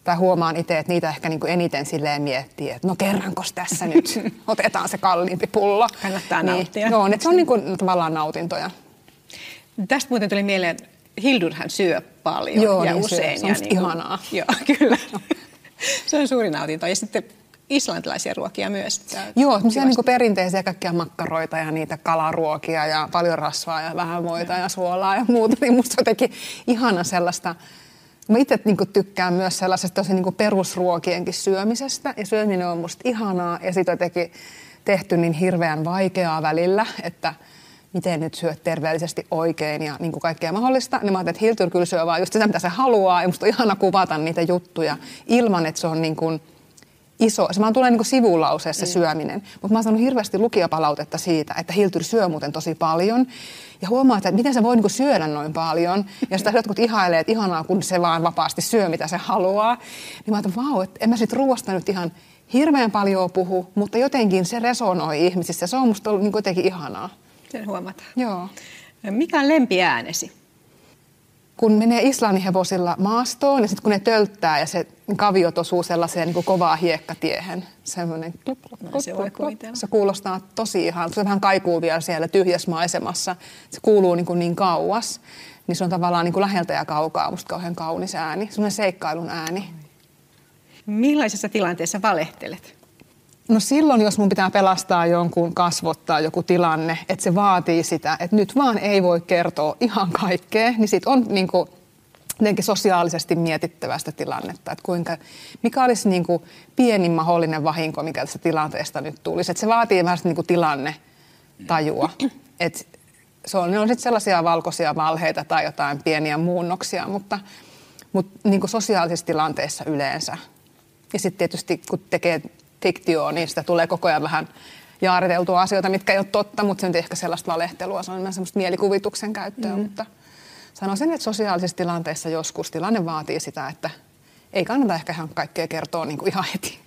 Tai huomaan itse, että niitä ehkä niin kuin eniten silleen miettii, että no kerrankos tässä nyt otetaan se kalliimpi pullo. Kannattaa nauttia. Joo, että se on niin kuin tavallaan nautintoja. Tästä muuten tuli mieleen, Hildurhan syö paljon joo, ja niin usein. Se on niin ihanaa. Joo, kyllä. Se on suuri nautinto. Ja sitten islantilaisia ruokia myös. Joo, semmoisia niin perinteisiä kaikkia makkaroita ja niitä kalaruokia ja paljon rasvaa ja vähän voita ja suolaa ja muuta. Niin musta jotenkin ihana sellaista. Mä itse niin tykkään myös sellaisesta tosi niin perusruokienkin syömisestä. Ja syöminen on musta ihanaa ja sit jotenkin tehty niin hirveän vaikeaa välillä, että miten nyt syöt terveellisesti oikein ja niin kuin kaikkea mahdollista. Niin mä ajattelin, että Hildur kyllä syö vaan just sitä, mitä se haluaa. Ja musta on ihana kuvata niitä juttuja ilman, että se on niin kuin iso. Se vaan tulee niin kuin sivulauseessa syöminen. Mutta mä oon saanut hirveästi lukijapalautetta siitä, että Hildur syö muuten tosi paljon. Ja huomaa, että miten se voi niin kuin syödä noin paljon. Ja sitä jotkut ihailee, että ihanaa, kun se vaan vapaasti syö, mitä se haluaa. Niin mä ajattelin, vau, että en mä sit ruoasta nyt ihan hirveän paljon puhu, mutta jotenkin se resonoi ihmisissä. Se on musta ollut niin kuin jotenkin ihanaa. Sen huomataan. Joo. Mikä on lempiäänesi? Kun menee islanninhevosilla maastoon ja sitten kun ne tölttää ja se kaviot osuu sellaiseen niin kuin kovaa hiekkatiehen. Semmoinen se kuulostaa tosi ihan. Se vähän kaikuu vielä siellä tyhjässä maisemassa. Se kuuluu niin kauas. Niin se on tavallaan niin kuin läheltä ja kaukaa musta kauhean kaunis ääni. Semmoinen seikkailun ääni. Millaisessa tilanteessa valehtelet? No silloin, jos mun pitää pelastaa jonkun kasvot tai joku tilanne, että se vaatii sitä, että nyt vaan ei voi kertoa ihan kaikkea, niin sit on niin kuin jotenkin sosiaalisesti mietittävä sitä tilannetta, että mikä olisi niin kuin pienin mahdollinen vahinko, mikä tästä tilanteesta nyt tulisi. Että se vaatii vähän niin kuin tilannetajua. Että ne on sitten sellaisia valkoisia valheita tai jotain pieniä muunnoksia, mutta niin kuin sosiaalisissa tilanteissa yleensä. Ja sitten tietysti kun tekee fiktioon, niin sitä tulee koko ajan vähän jaariteltua asioita, mitkä ei ole totta, mutta se on ehkä sellaista valehtelua, se on enemmän semmoista mielikuvituksen käyttöä, mutta sanoisin, että sosiaalisissa tilanteissa joskus tilanne vaatii sitä, että ei kannata ehkä ihan kaikkea kertoa niin kuin ihan heti.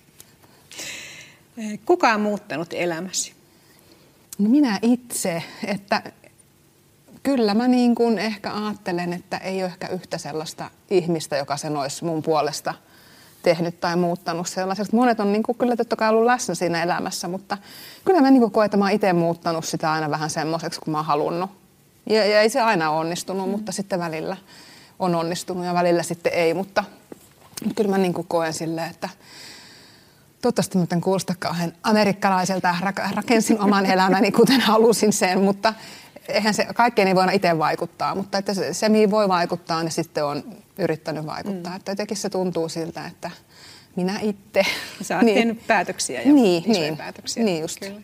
Kuka on muuttanut elämäsi? No minä itse, että kyllä mä niin kuin ehkä ajattelen, että ei ole ehkä yhtä sellaista ihmistä, joka sen olisi mun puolesta tehnyt tai muuttanut sellaiseksi. Monet on niin kuin kyllä totta kai ollut läsnä siinä elämässä, mutta kyllä mä niin kuin koen, että mä oon itse muuttanut sitä aina vähän semmoiseksi, kun mä oon halunnut. Ja ei se aina onnistunut, mutta sitten välillä on onnistunut ja välillä sitten ei, mutta kyllä mä niin kuin koen silleen, että toivottavasti mä en kuulosta kauhean amerikkalaiselta, rakensin oman elämäni kuten halusin sen, mutta eihän se, kaikkeen ei voida itse vaikuttaa, mutta että se mihin voi vaikuttaa, niin sitten on yrittänyt vaikuttaa. Että jotenkin se tuntuu siltä, että minä itse. Sä oot tehnyt päätöksiä ja isoja päätöksiä. Niin just. Kyllä.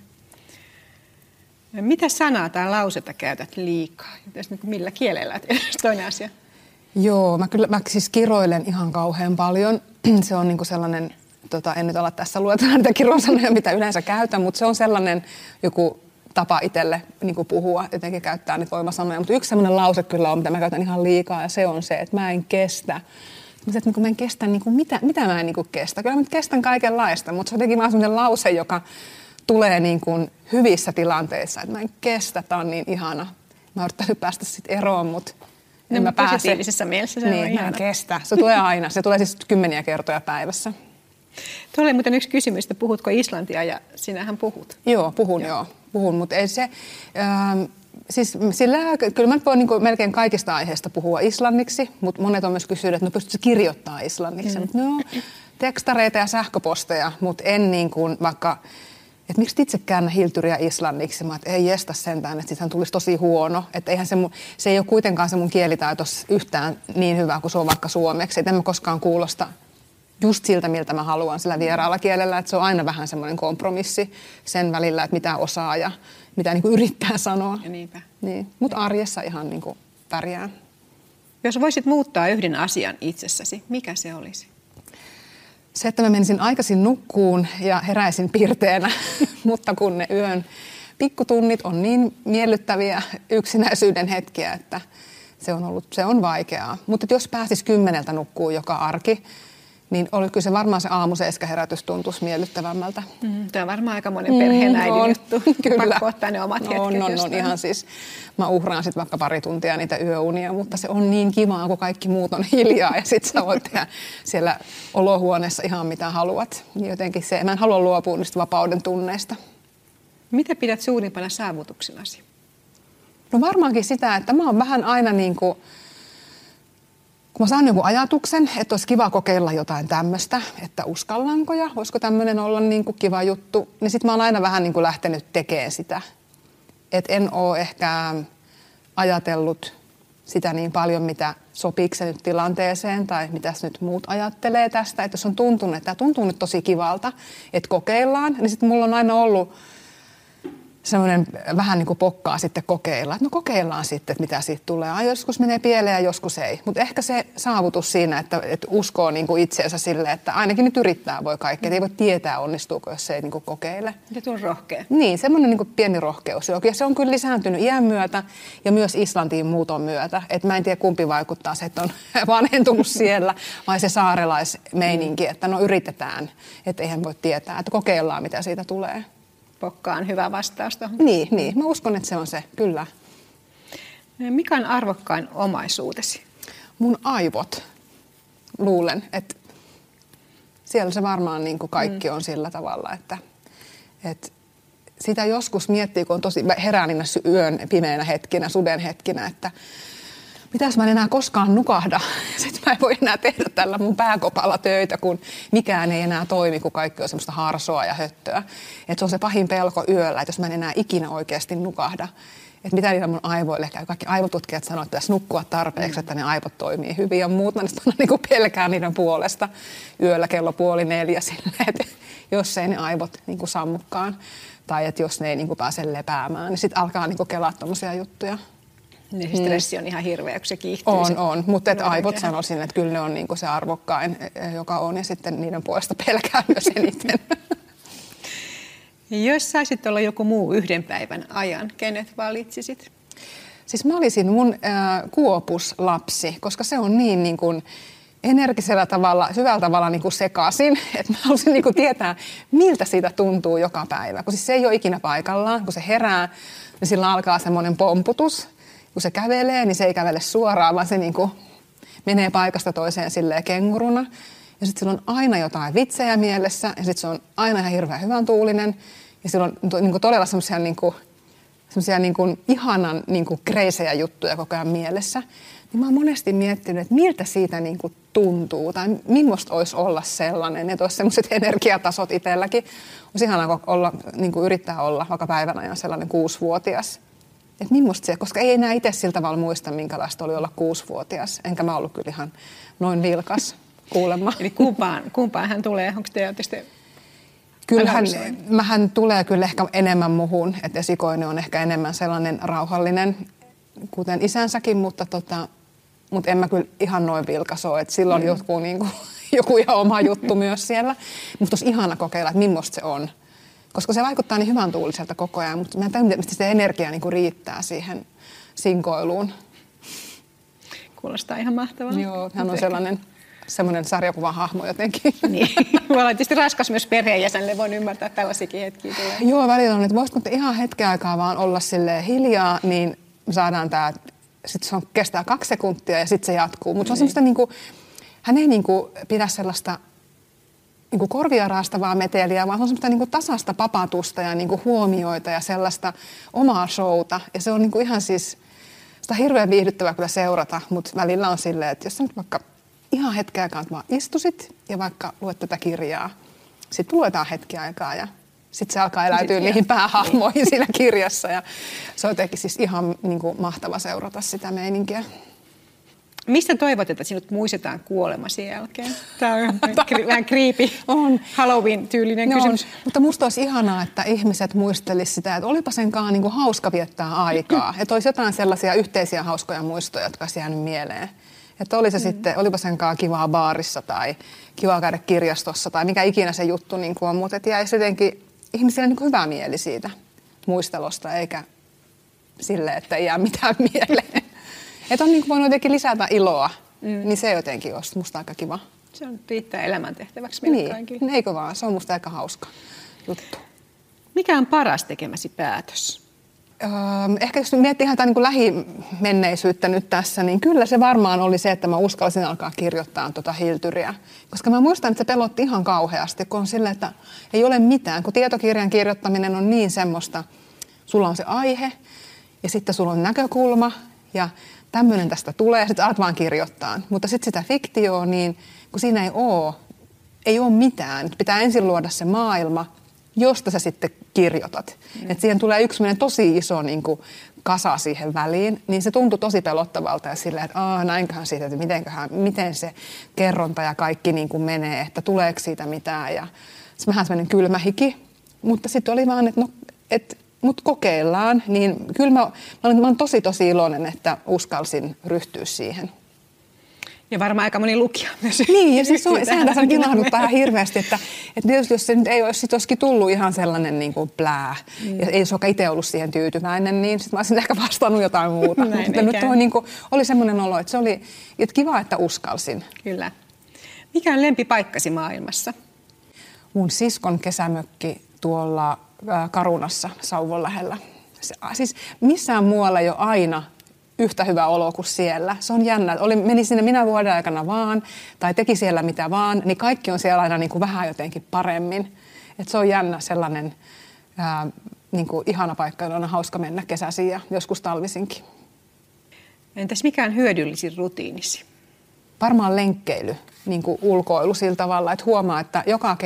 Mitä sanaa tai lausetta käytät liikaa? Millä kielellä? Toinen asia. Joo, mä siis kiroilen ihan kauhean paljon. Se on niinku sellainen, en nyt ala tässä luetella niitä kirosanoja, mitä yleensä käytän, mutta se on sellainen joku tapa itselle niin kuin puhua, jotenkin käyttää niitä voimasanoja. Mutta yksi sellainen lause kyllä on, mitä mä käytän ihan liikaa, ja se on se, että mä en kestä. Mä en kestä, niin kuin, mitä mä en niin kuin kestä. Kyllä mä nyt kestän kaikenlaista, mutta se on jotenkin vaan sellainen lause, joka tulee niin kuin hyvissä tilanteissa. Että mä en kestä, tää on niin ihana. Mä oon yrittänyt päästä sitten eroon, mutta en mä pääse. Positiivisessa mielessä se niin, on ihana. Mä en kestä. Se tulee aina. Se tulee siis 10 kertoja päivässä. Tuolla oli muuten yksi kysymys, että puhutko islantia, ja sinähän puhut. Joo, puhun, mutta ei se, siis sillä, kyllä mä voin niin melkein kaikista aiheista puhua islanniksi, mutta monet on myös kysynyt, että no pystytkö kirjoittaa islanniksi. No, tekstareita ja sähköposteja, mutta en niin kuin vaikka, että miksi itse käännä Hilduria islanniksi, mä että ei jestä sentään, että sitten tulisi tosi huono. Että eihän se ei ole kuitenkaan se mun kielitaito yhtään niin hyvä kuin se on vaikka suomeksi, että en mä koskaan kuulosta just siltä, miltä mä haluan sillä vieraalla kielellä, että se on aina vähän semmoinen kompromissi sen välillä, että mitä osaa ja mitä niin kuin yrittää sanoa. Ja niinpä. Niin. Mutta arjessa ihan niin kuin pärjään. Jos voisit muuttaa yhden asian itsessäsi, mikä se olisi? Se, että mä menisin aikaisin nukkuun ja heräisin pirteänä, mutta kun ne yön pikkutunnit on niin miellyttäviä yksinäisyyden hetkiä, että se on vaikeaa. Mutta jos pääsis 10 nukkuun joka arki, Niin oli kyllä se varmaan se aamuseiskaherätys tuntuisi miellyttävämmältä. Tämä on varmaan aika monen perheenäidin juttu. Kyllä. Pakko ottaa ne omat hetket on ihan siis. Mä uhraan sitten vaikka pari tuntia niitä yöunia, mutta se on niin kivaa, kun kaikki muut on hiljaa ja sitten sä voit tehdä siellä olohuoneessa ihan mitä haluat. Niin jotenkin se, mä en halua luopua niistä vapauden tunneista. Mitä pidät suurimpana saavutuksenasi? No varmaankin sitä, että mä oon vähän aina niin kuin, kun mä saan jonkun ajatuksen, että olisi kiva kokeilla jotain tämmöistä, että uskallanko ja voisiko tämmöinen olla niin kuin kiva juttu, niin sit mä oon aina vähän niin kuin lähtenyt tekemään sitä. Että en ole ehkä ajatellut sitä niin paljon, mitä sopiiko se nyt tilanteeseen tai mitäs nyt muut ajattelee tästä. Että jos on tuntunut, että tämä tuntuu nyt tosi kivalta, että kokeillaan, niin sitten mulla on aina ollut semmoinen vähän niin kuin pokkaa sitten kokeilla. Että no kokeillaan sitten, että mitä siitä tulee. Joskus menee pieleen ja joskus ei. Mutta ehkä se saavutus siinä, että uskoo niin kuin itseensä silleen, että ainakin nyt yrittää voi kaikkea. Ei voi tietää, onnistuuko, jos se ei niin kuin kokeile. Ja tuon rohkea. Niin, semmoinen niin kuin pieni rohkeus. Ja se on kyllä lisääntynyt iän myötä ja myös Islantiin muuton myötä. Että mä en tiedä, kumpi vaikuttaa se, että on vanhentunut siellä vai se saarelaismeininki, että no yritetään. Että eihän voi tietää, että kokeillaan, mitä siitä tulee. Pokka on hyvä vastaus tuohon. Niin. Mä uskon, että se on se, kyllä. Mikä on arvokkain omaisuutesi? Mun aivot, luulen, että siellä se varmaan niin kuin kaikki on sillä tavalla, että sitä joskus miettii, kun on tosi herää niinä yön pimeänä hetkinä, suden hetkinä, että mitäs mä en enää koskaan nukahda. Sitten mä en voi enää tehdä tällä mun pääkopalla töitä, kun mikään ei enää toimi, kun kaikki on semmoista harsoa ja höttöä. Että se on se pahin pelko yöllä, että jos mä en enää ikinä oikeasti nukahda. Että mitä niillä mun aivoille käy. Kaikki aivotutkijat sanoo, että pitäisi nukkua tarpeeksi, että ne aivot toimii hyvin ja muut. Mä nyt niin pelkään niiden puolesta yöllä kello 3:30 silleen, että jos ei ne aivot niin kuin sammukkaan tai että jos ne ei niin kuin pääse lepäämään, niin sitten alkaa niin kuin kelaa tommosia juttuja. Niin se stressi on ihan hirveä, kun se kiihtyy. On. Mutta aivot sanoisin, että kyllä ne on niinku se arvokkain, joka on, ja sitten niiden puolesta pelkää myös eniten. Jos saisit olla joku muu yhden päivän ajan, kenet valitsisit? Siis mä olisin mun kuopuslapsi, koska se on niin kuin energisellä tavalla, hyvällä tavalla niin kuin sekaisin, että mä haluaisin niin kuin tietää, miltä siitä tuntuu joka päivä. Kun siis se ei ole ikinä paikallaan, kun se herää, niin sillä alkaa semmoinen pomputus. Kun se kävelee, niin se ei kävele suoraan, vaan se niin kuin menee paikasta toiseen silleen kenguruna. Ja sitten sillä on aina jotain vitsejä mielessä, ja sitten se on aina ihan hirveän hyvän tuulinen. Ja sillä on niin kuin todella semmoisia niin kuin ihanan niin kuin kreisejä juttuja koko ajan mielessä. Niin mä oon monesti miettinyt, että miltä siitä niin kuin tuntuu, tai millaista olisi olla sellainen, että olisi sellaiset energiatasot itselläkin. Olisi ihanaa olla, niin kuin yrittää olla vaikka päivän ajan sellainen 6-vuotias. Että millaista se, koska ei enää itse sillä tavalla muista, minkälaista oli olla 6-vuotias. Enkä mä ollut kyllä ihan noin vilkas kuulemma. Eli kumpaan hän tulee? Onko te tietysti... Kyllähän mähän tulee kyllä ehkä enemmän muhun, että esikoinen on ehkä enemmän sellainen rauhallinen, kuten isänsäkin, mutta en mä kyllä ihan noin vilkas ole. Että silloin joku ihan oma juttu myös siellä. Mutta olisi ihana kokeilla, että millaista se on. Koska se vaikuttaa niin hyvän tuuliselta koko ajan, mutta mä en tiedä, mistä se energia niin kuin riittää siihen sinkoiluun. Kuulostaa ihan mahtavalta. Joo, hän on semmoinen sarjakuvan hahmo jotenkin. Niin. Voi olla tietysti raskas myös perheenjäsenelle, voin ymmärtää tällaisiakin hetkiä tulee. Joo, välillä on, että voisitko ihan hetken aikaa vaan olla silleen hiljaa, niin me saadaan tämä, sitten se kestää 2 sekuntia ja sitten se jatkuu. Mutta se on semmoista niin kuin, hän ei niin kuin pidä sellaista niin kuin korvia raastavaa meteliä, vaan se on semmoista niin kuin tasaista papatusta ja niin kuin huomioita ja sellaista omaa showta. Ja se on niin kuin ihan siis, sitä on hirveän viihdyttävää kyllä seurata, mutta välillä on silleen, että jos sä nyt vaikka ihan hetken aikaa vaan istusit ja vaikka luet tätä kirjaa, sitten luetaan hetki aikaa ja sitten se alkaa eläytyä niihin päähahmoihin siinä kirjassa. Ja se on jotenkin siis ihan niin kuin mahtava seurata sitä meininkiä. Mistä toivot, että sinut muistetaan kuolemasi jälkeen? Tämä on vähän creepy, Halloween-tyylinen kysymys. Mutta musta olisi ihanaa, että ihmiset muistelisivat sitä, että olipa senkaan niin kuin hauska viettää aikaa. Että olisi jotain sellaisia yhteisiä hauskoja muistoja, jotka olisi jäänyt mieleen. Että oli se sitten, olipa senkaan kivaa baarissa tai kivaa käydä kirjastossa tai mikä ikinä se juttu niin kuin on. Mutta että jäisi jotenkin ihmisille niin kuin hyvä mieli siitä muistelosta, eikä sille, että ei jää mitään mieleen. Että on niin kuin voinut jotenkin lisätä iloa, niin se jotenkin olisi musta aika kiva. Se on riittää elämäntehtäväksi meille kaikille. Eikö vaan? Se on musta aika hauska juttu. Mikä on paras tekemäsi päätös? Ehkä jos miettii ihan niin lähimenneisyyttä nyt tässä, niin kyllä se varmaan oli se, että mä uskalsin alkaa kirjoittaa Hildyriä. Koska mä muistan, että se pelotti ihan kauheasti, kun on silleen, että ei ole mitään. Kun tietokirjan kirjoittaminen on niin semmoista, sulla on se aihe ja sitten sulla on näkökulma ja tämmöinen tästä tulee ja sitten alat vaan kirjoittaa. Mutta sitten sitä fiktioa, niin kun siinä ei ole mitään. Pitää ensin luoda se maailma, josta sä sitten kirjoitat. Että siihen tulee yksi tosi iso niin kuin kasa siihen väliin, niin se tuntui tosi pelottavalta ja silleen, että näinköhän siitä, että miten se kerronta ja kaikki niin kuin menee, että tuleeko siitä mitään. Ja se vähän semmoinen kylmä hiki, mutta sitten oli vaan, että mut kokeillaan, niin kyllä mä olen tosi iloinen, että uskalsin ryhtyä siihen. Ja varmaan aika moni lukija myös. Niin, ja siis sehän tässä ilahduttaa ihan hirveästi, että tietysti jos se nyt ei olisi, olisikin tullut ihan sellainen niin kuin plää, ja ei olisi itse ollut siihen tyytyväinen, niin sitten mä olisin ehkä vastannut jotain muuta. Mutta nyt niin kuin, oli semmoinen olo, että se oli että kiva, että uskalsin. Kyllä. Mikä on lempipaikkasi maailmassa? Mun siskon kesämökki tuolla Carunassa Sauvon lähellä. Siis missään muualla ei ole aina yhtä hyvä olo kuin siellä. Se on jännä. Meni sinne minä vuoden aikana vaan, tai teki siellä mitä vaan, niin kaikki on siellä aina niin kuin vähän jotenkin paremmin. Et se on jännä sellainen niin kuin ihana paikka, jolla on hauska mennä kesäisin ja joskus talvisinkin. Entäs mikä on hyödyllisin rutiinisi? Varmaan lenkkeily, niin kuin ulkoilu sillä tavalla, että huomaa, että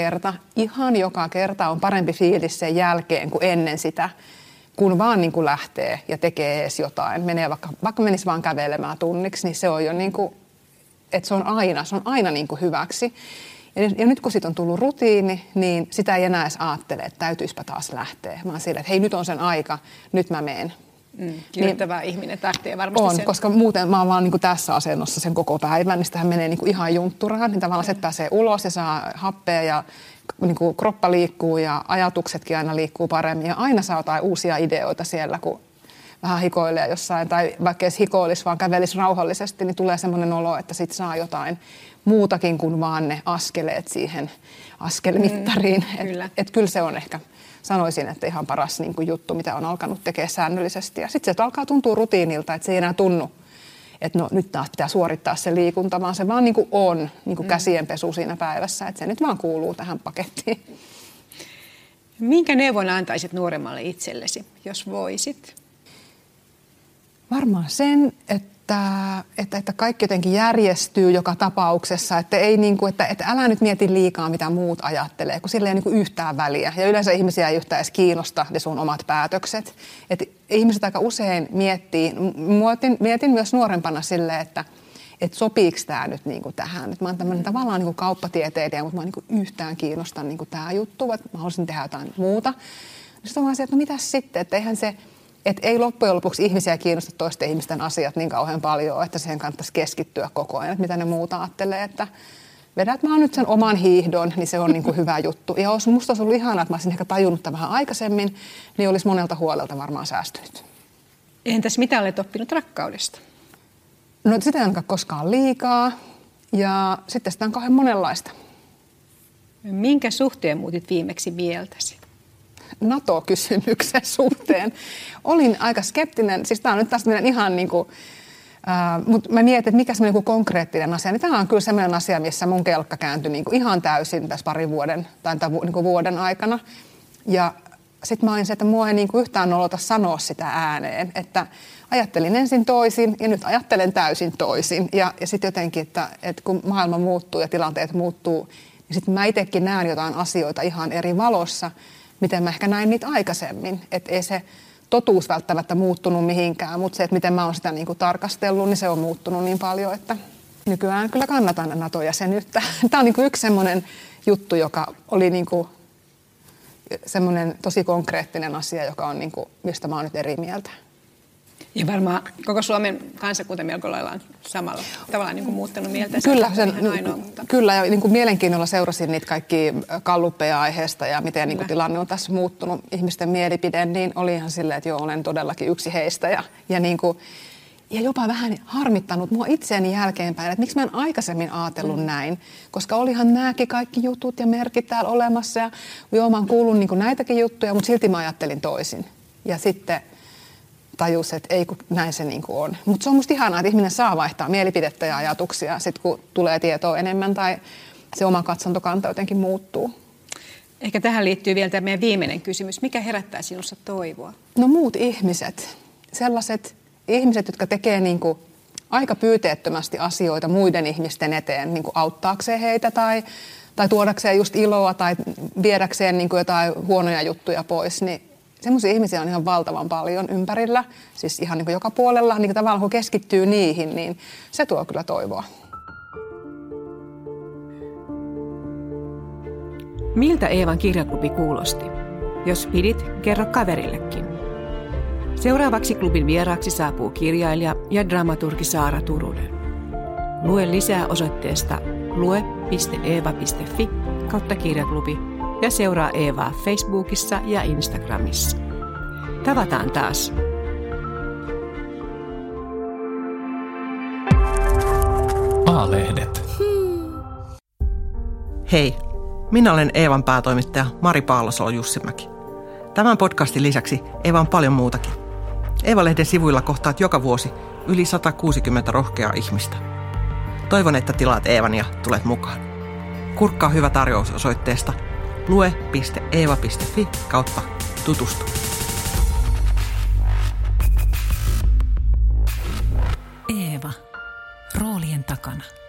ihan joka kerta on parempi fiilis sen jälkeen kuin ennen sitä, kun vaan niin kuin lähtee ja tekee edes jotain, menee vaikka menisi vaan kävelemään tunniksi, niin se on jo niin kuin, että se on aina niin kuin hyväksi. Ja nyt kun siitä on tullut rutiini, niin sitä ei enää edes ajattele, että täytyispä taas lähteä. Mä oon silleen, että hei, nyt on sen aika, nyt mä meen. Kirjoittava ihminen tarvitsee varmasti on, sen. Koska muuten mä oon vaan niin kuin tässä asennossa sen koko päivän, niin sitähän menee niin kuin ihan juntturaan, niin tavallaan se pääsee ulos ja saa happea ja niin kuin kroppa liikkuu ja ajatuksetkin aina liikkuu paremmin ja aina saa jotain uusia ideoita siellä, kun vähän hikoilee jossain tai vaikka edes hikoilisi, vaan kävelisi rauhallisesti, niin tulee semmoinen olo, että sit saa jotain muutakin kuin vaan ne askeleet siihen askelmittariin. Et kyllä se on ehkä, sanoisin, että ihan paras niin kuin juttu, mitä on alkanut tekemään säännöllisesti. Ja sitten se alkaa tuntua rutiinilta, että se ei enää tunnu, että nyt taas pitää suorittaa se liikunta, vaan se vaan niin kuin on niin kuin käsienpesu siinä päivässä, että se nyt vaan kuuluu tähän pakettiin. Minkä neuvon antaisit nuoremmalle itsellesi, jos voisit? Varmaan sen, että kaikki jotenkin järjestyy joka tapauksessa, että ei niin kuin, että älä nyt mieti liikaa, mitä muut ajattelee, kun sillä ei niin kuin yhtään väliä. Ja yleensä ihmisiä ei yhtään edes kiinnosta ne sun omat päätökset. Että ihmiset aika usein mietin myös nuorempana silleen, että sopiiko tämä nyt niin kuin tähän. Että mä oon tämmöinen tavallaan niin kuin kauppatieteilijä, mutta mä en niin yhtään kiinnosta niin kuin tämä juttu, että mä haluaisin tehdä jotain muuta. Sitten on vaan se, että no mitäs sitten, että eihän se... Että ei loppujen lopuksi ihmisiä kiinnosta toisten ihmisten asiat niin kauhean paljon, että siihen kannattaisi keskittyä koko ajan, että mitä ne muuta ajattelee, että vedät vaan nyt sen oman hiihdon, niin se on niin kuin hyvä juttu. Ja musta olisi ollut ihanaa, että mä olisin ehkä tajunnut tämän vähän aikaisemmin, niin olisi monelta huolelta varmaan säästynyt. Entäs mitä olet oppinut rakkaudesta? No sitä ei ainakaan koskaan liikaa ja sitten sitä on kauhean monenlaista. Minkä suhteen muutit viimeksi mieltäsi? NATO-kysymyksen suhteen. Olin aika skeptinen, siis tämä on nyt taas ihan niin kuin, mutta mä mietin, että mikä semmoinen niin konkreettinen asia, niin tämä on kyllä semmoinen asia, missä mun kelkka kääntyi niin kuin ihan täysin tässä parin vuoden tai niin kuin vuoden aikana. Ja sitten mä olin se, että mua ei niin kuin yhtään nolota sanoa sitä ääneen, että ajattelin ensin toisin ja nyt ajattelen täysin toisin. Ja sitten jotenkin, että kun maailma muuttuu ja tilanteet muuttuu, niin sitten mä itsekin näen jotain asioita ihan eri valossa, miten mä ehkä näin niitä aikaisemmin. Että ei se totuus välttämättä muuttunut mihinkään, mutta se, että miten mä oon sitä niin kuin tarkastellut, niin se on muuttunut niin paljon, että nykyään kyllä kannatan NATO-jäsenyyttä. Tämä on niin kuin yksi semmoinen juttu, joka oli niin kuin semmoinen tosi konkreettinen asia, joka on niin kuin, mistä mä oon nyt eri mieltä. Ja varmaan koko Suomen kansakunta melko lailla on samalla tavalla niin kuin muuttanut mieltä. Kyllä, ja niin kuin mielenkiinnolla seurasin niitä kaikki galluppeja aiheesta ja miten niin kuin tilanne on tässä muuttunut, ihmisten mielipide, niin oli ihan silleen, että joo, olen todellakin yksi heistä. Ja niin kuin, ja jopa vähän harmittanut mua itseäni jälkeenpäin, että miksi mä en aikaisemmin ajatellut näin, koska olihan nämäkin kaikki jutut ja merkit täällä olemassa ja joo, mä oon kuullut niin kuin näitäkin juttuja, mutta silti mä ajattelin toisin. Ja sitten tajus, että ei kun näin se niin kuin on. Mutta se on musta ihanaa, että ihminen saa vaihtaa mielipidettä ja ajatuksia sit kun tulee tietoa enemmän tai se oma katsantokanta jotenkin muuttuu. Ehkä tähän liittyy vielä tämä meidän viimeinen kysymys. Mikä herättää sinussa toivoa? No muut ihmiset. Sellaiset ihmiset, jotka tekee niin kuin aika pyyteettömästi asioita muiden ihmisten eteen niin kuin auttaakseen heitä tai tuodakseen just iloa tai viedäkseen niin kuin jotain huonoja juttuja pois, niin semmoisia ihmisiä on ihan valtavan paljon ympärillä, siis ihan niin kuin joka puolella, niin tavallaan kun keskittyy niihin, niin se tuo kyllä toivoa. Miltä Eevan kirjaklubi kuulosti? Jos pidit, kerro kaverillekin. Seuraavaksi klubin vieraaksi saapuu kirjailija ja dramaturgi Saara Turunen. Lue lisää osoitteesta lue.eeva.fi/kirjaklubi ja seuraa Eevaa Facebookissa ja Instagramissa. Tavataan taas. A-lehdet. Hei, minä olen Eevan päätoimittaja Mari Paalosolo-Jussimäki. Tämän podcastin lisäksi Eeva on paljon muutakin. Eeva-lehden sivuilla kohtaat joka vuosi yli 160 rohkeaa ihmistä. Toivon, että tilaat Eevan ja tulet mukaan. Kurkkaa hyvä tarjous osoitteesta lue.eeva.fi/tutustu. Eeva. Roolien takana.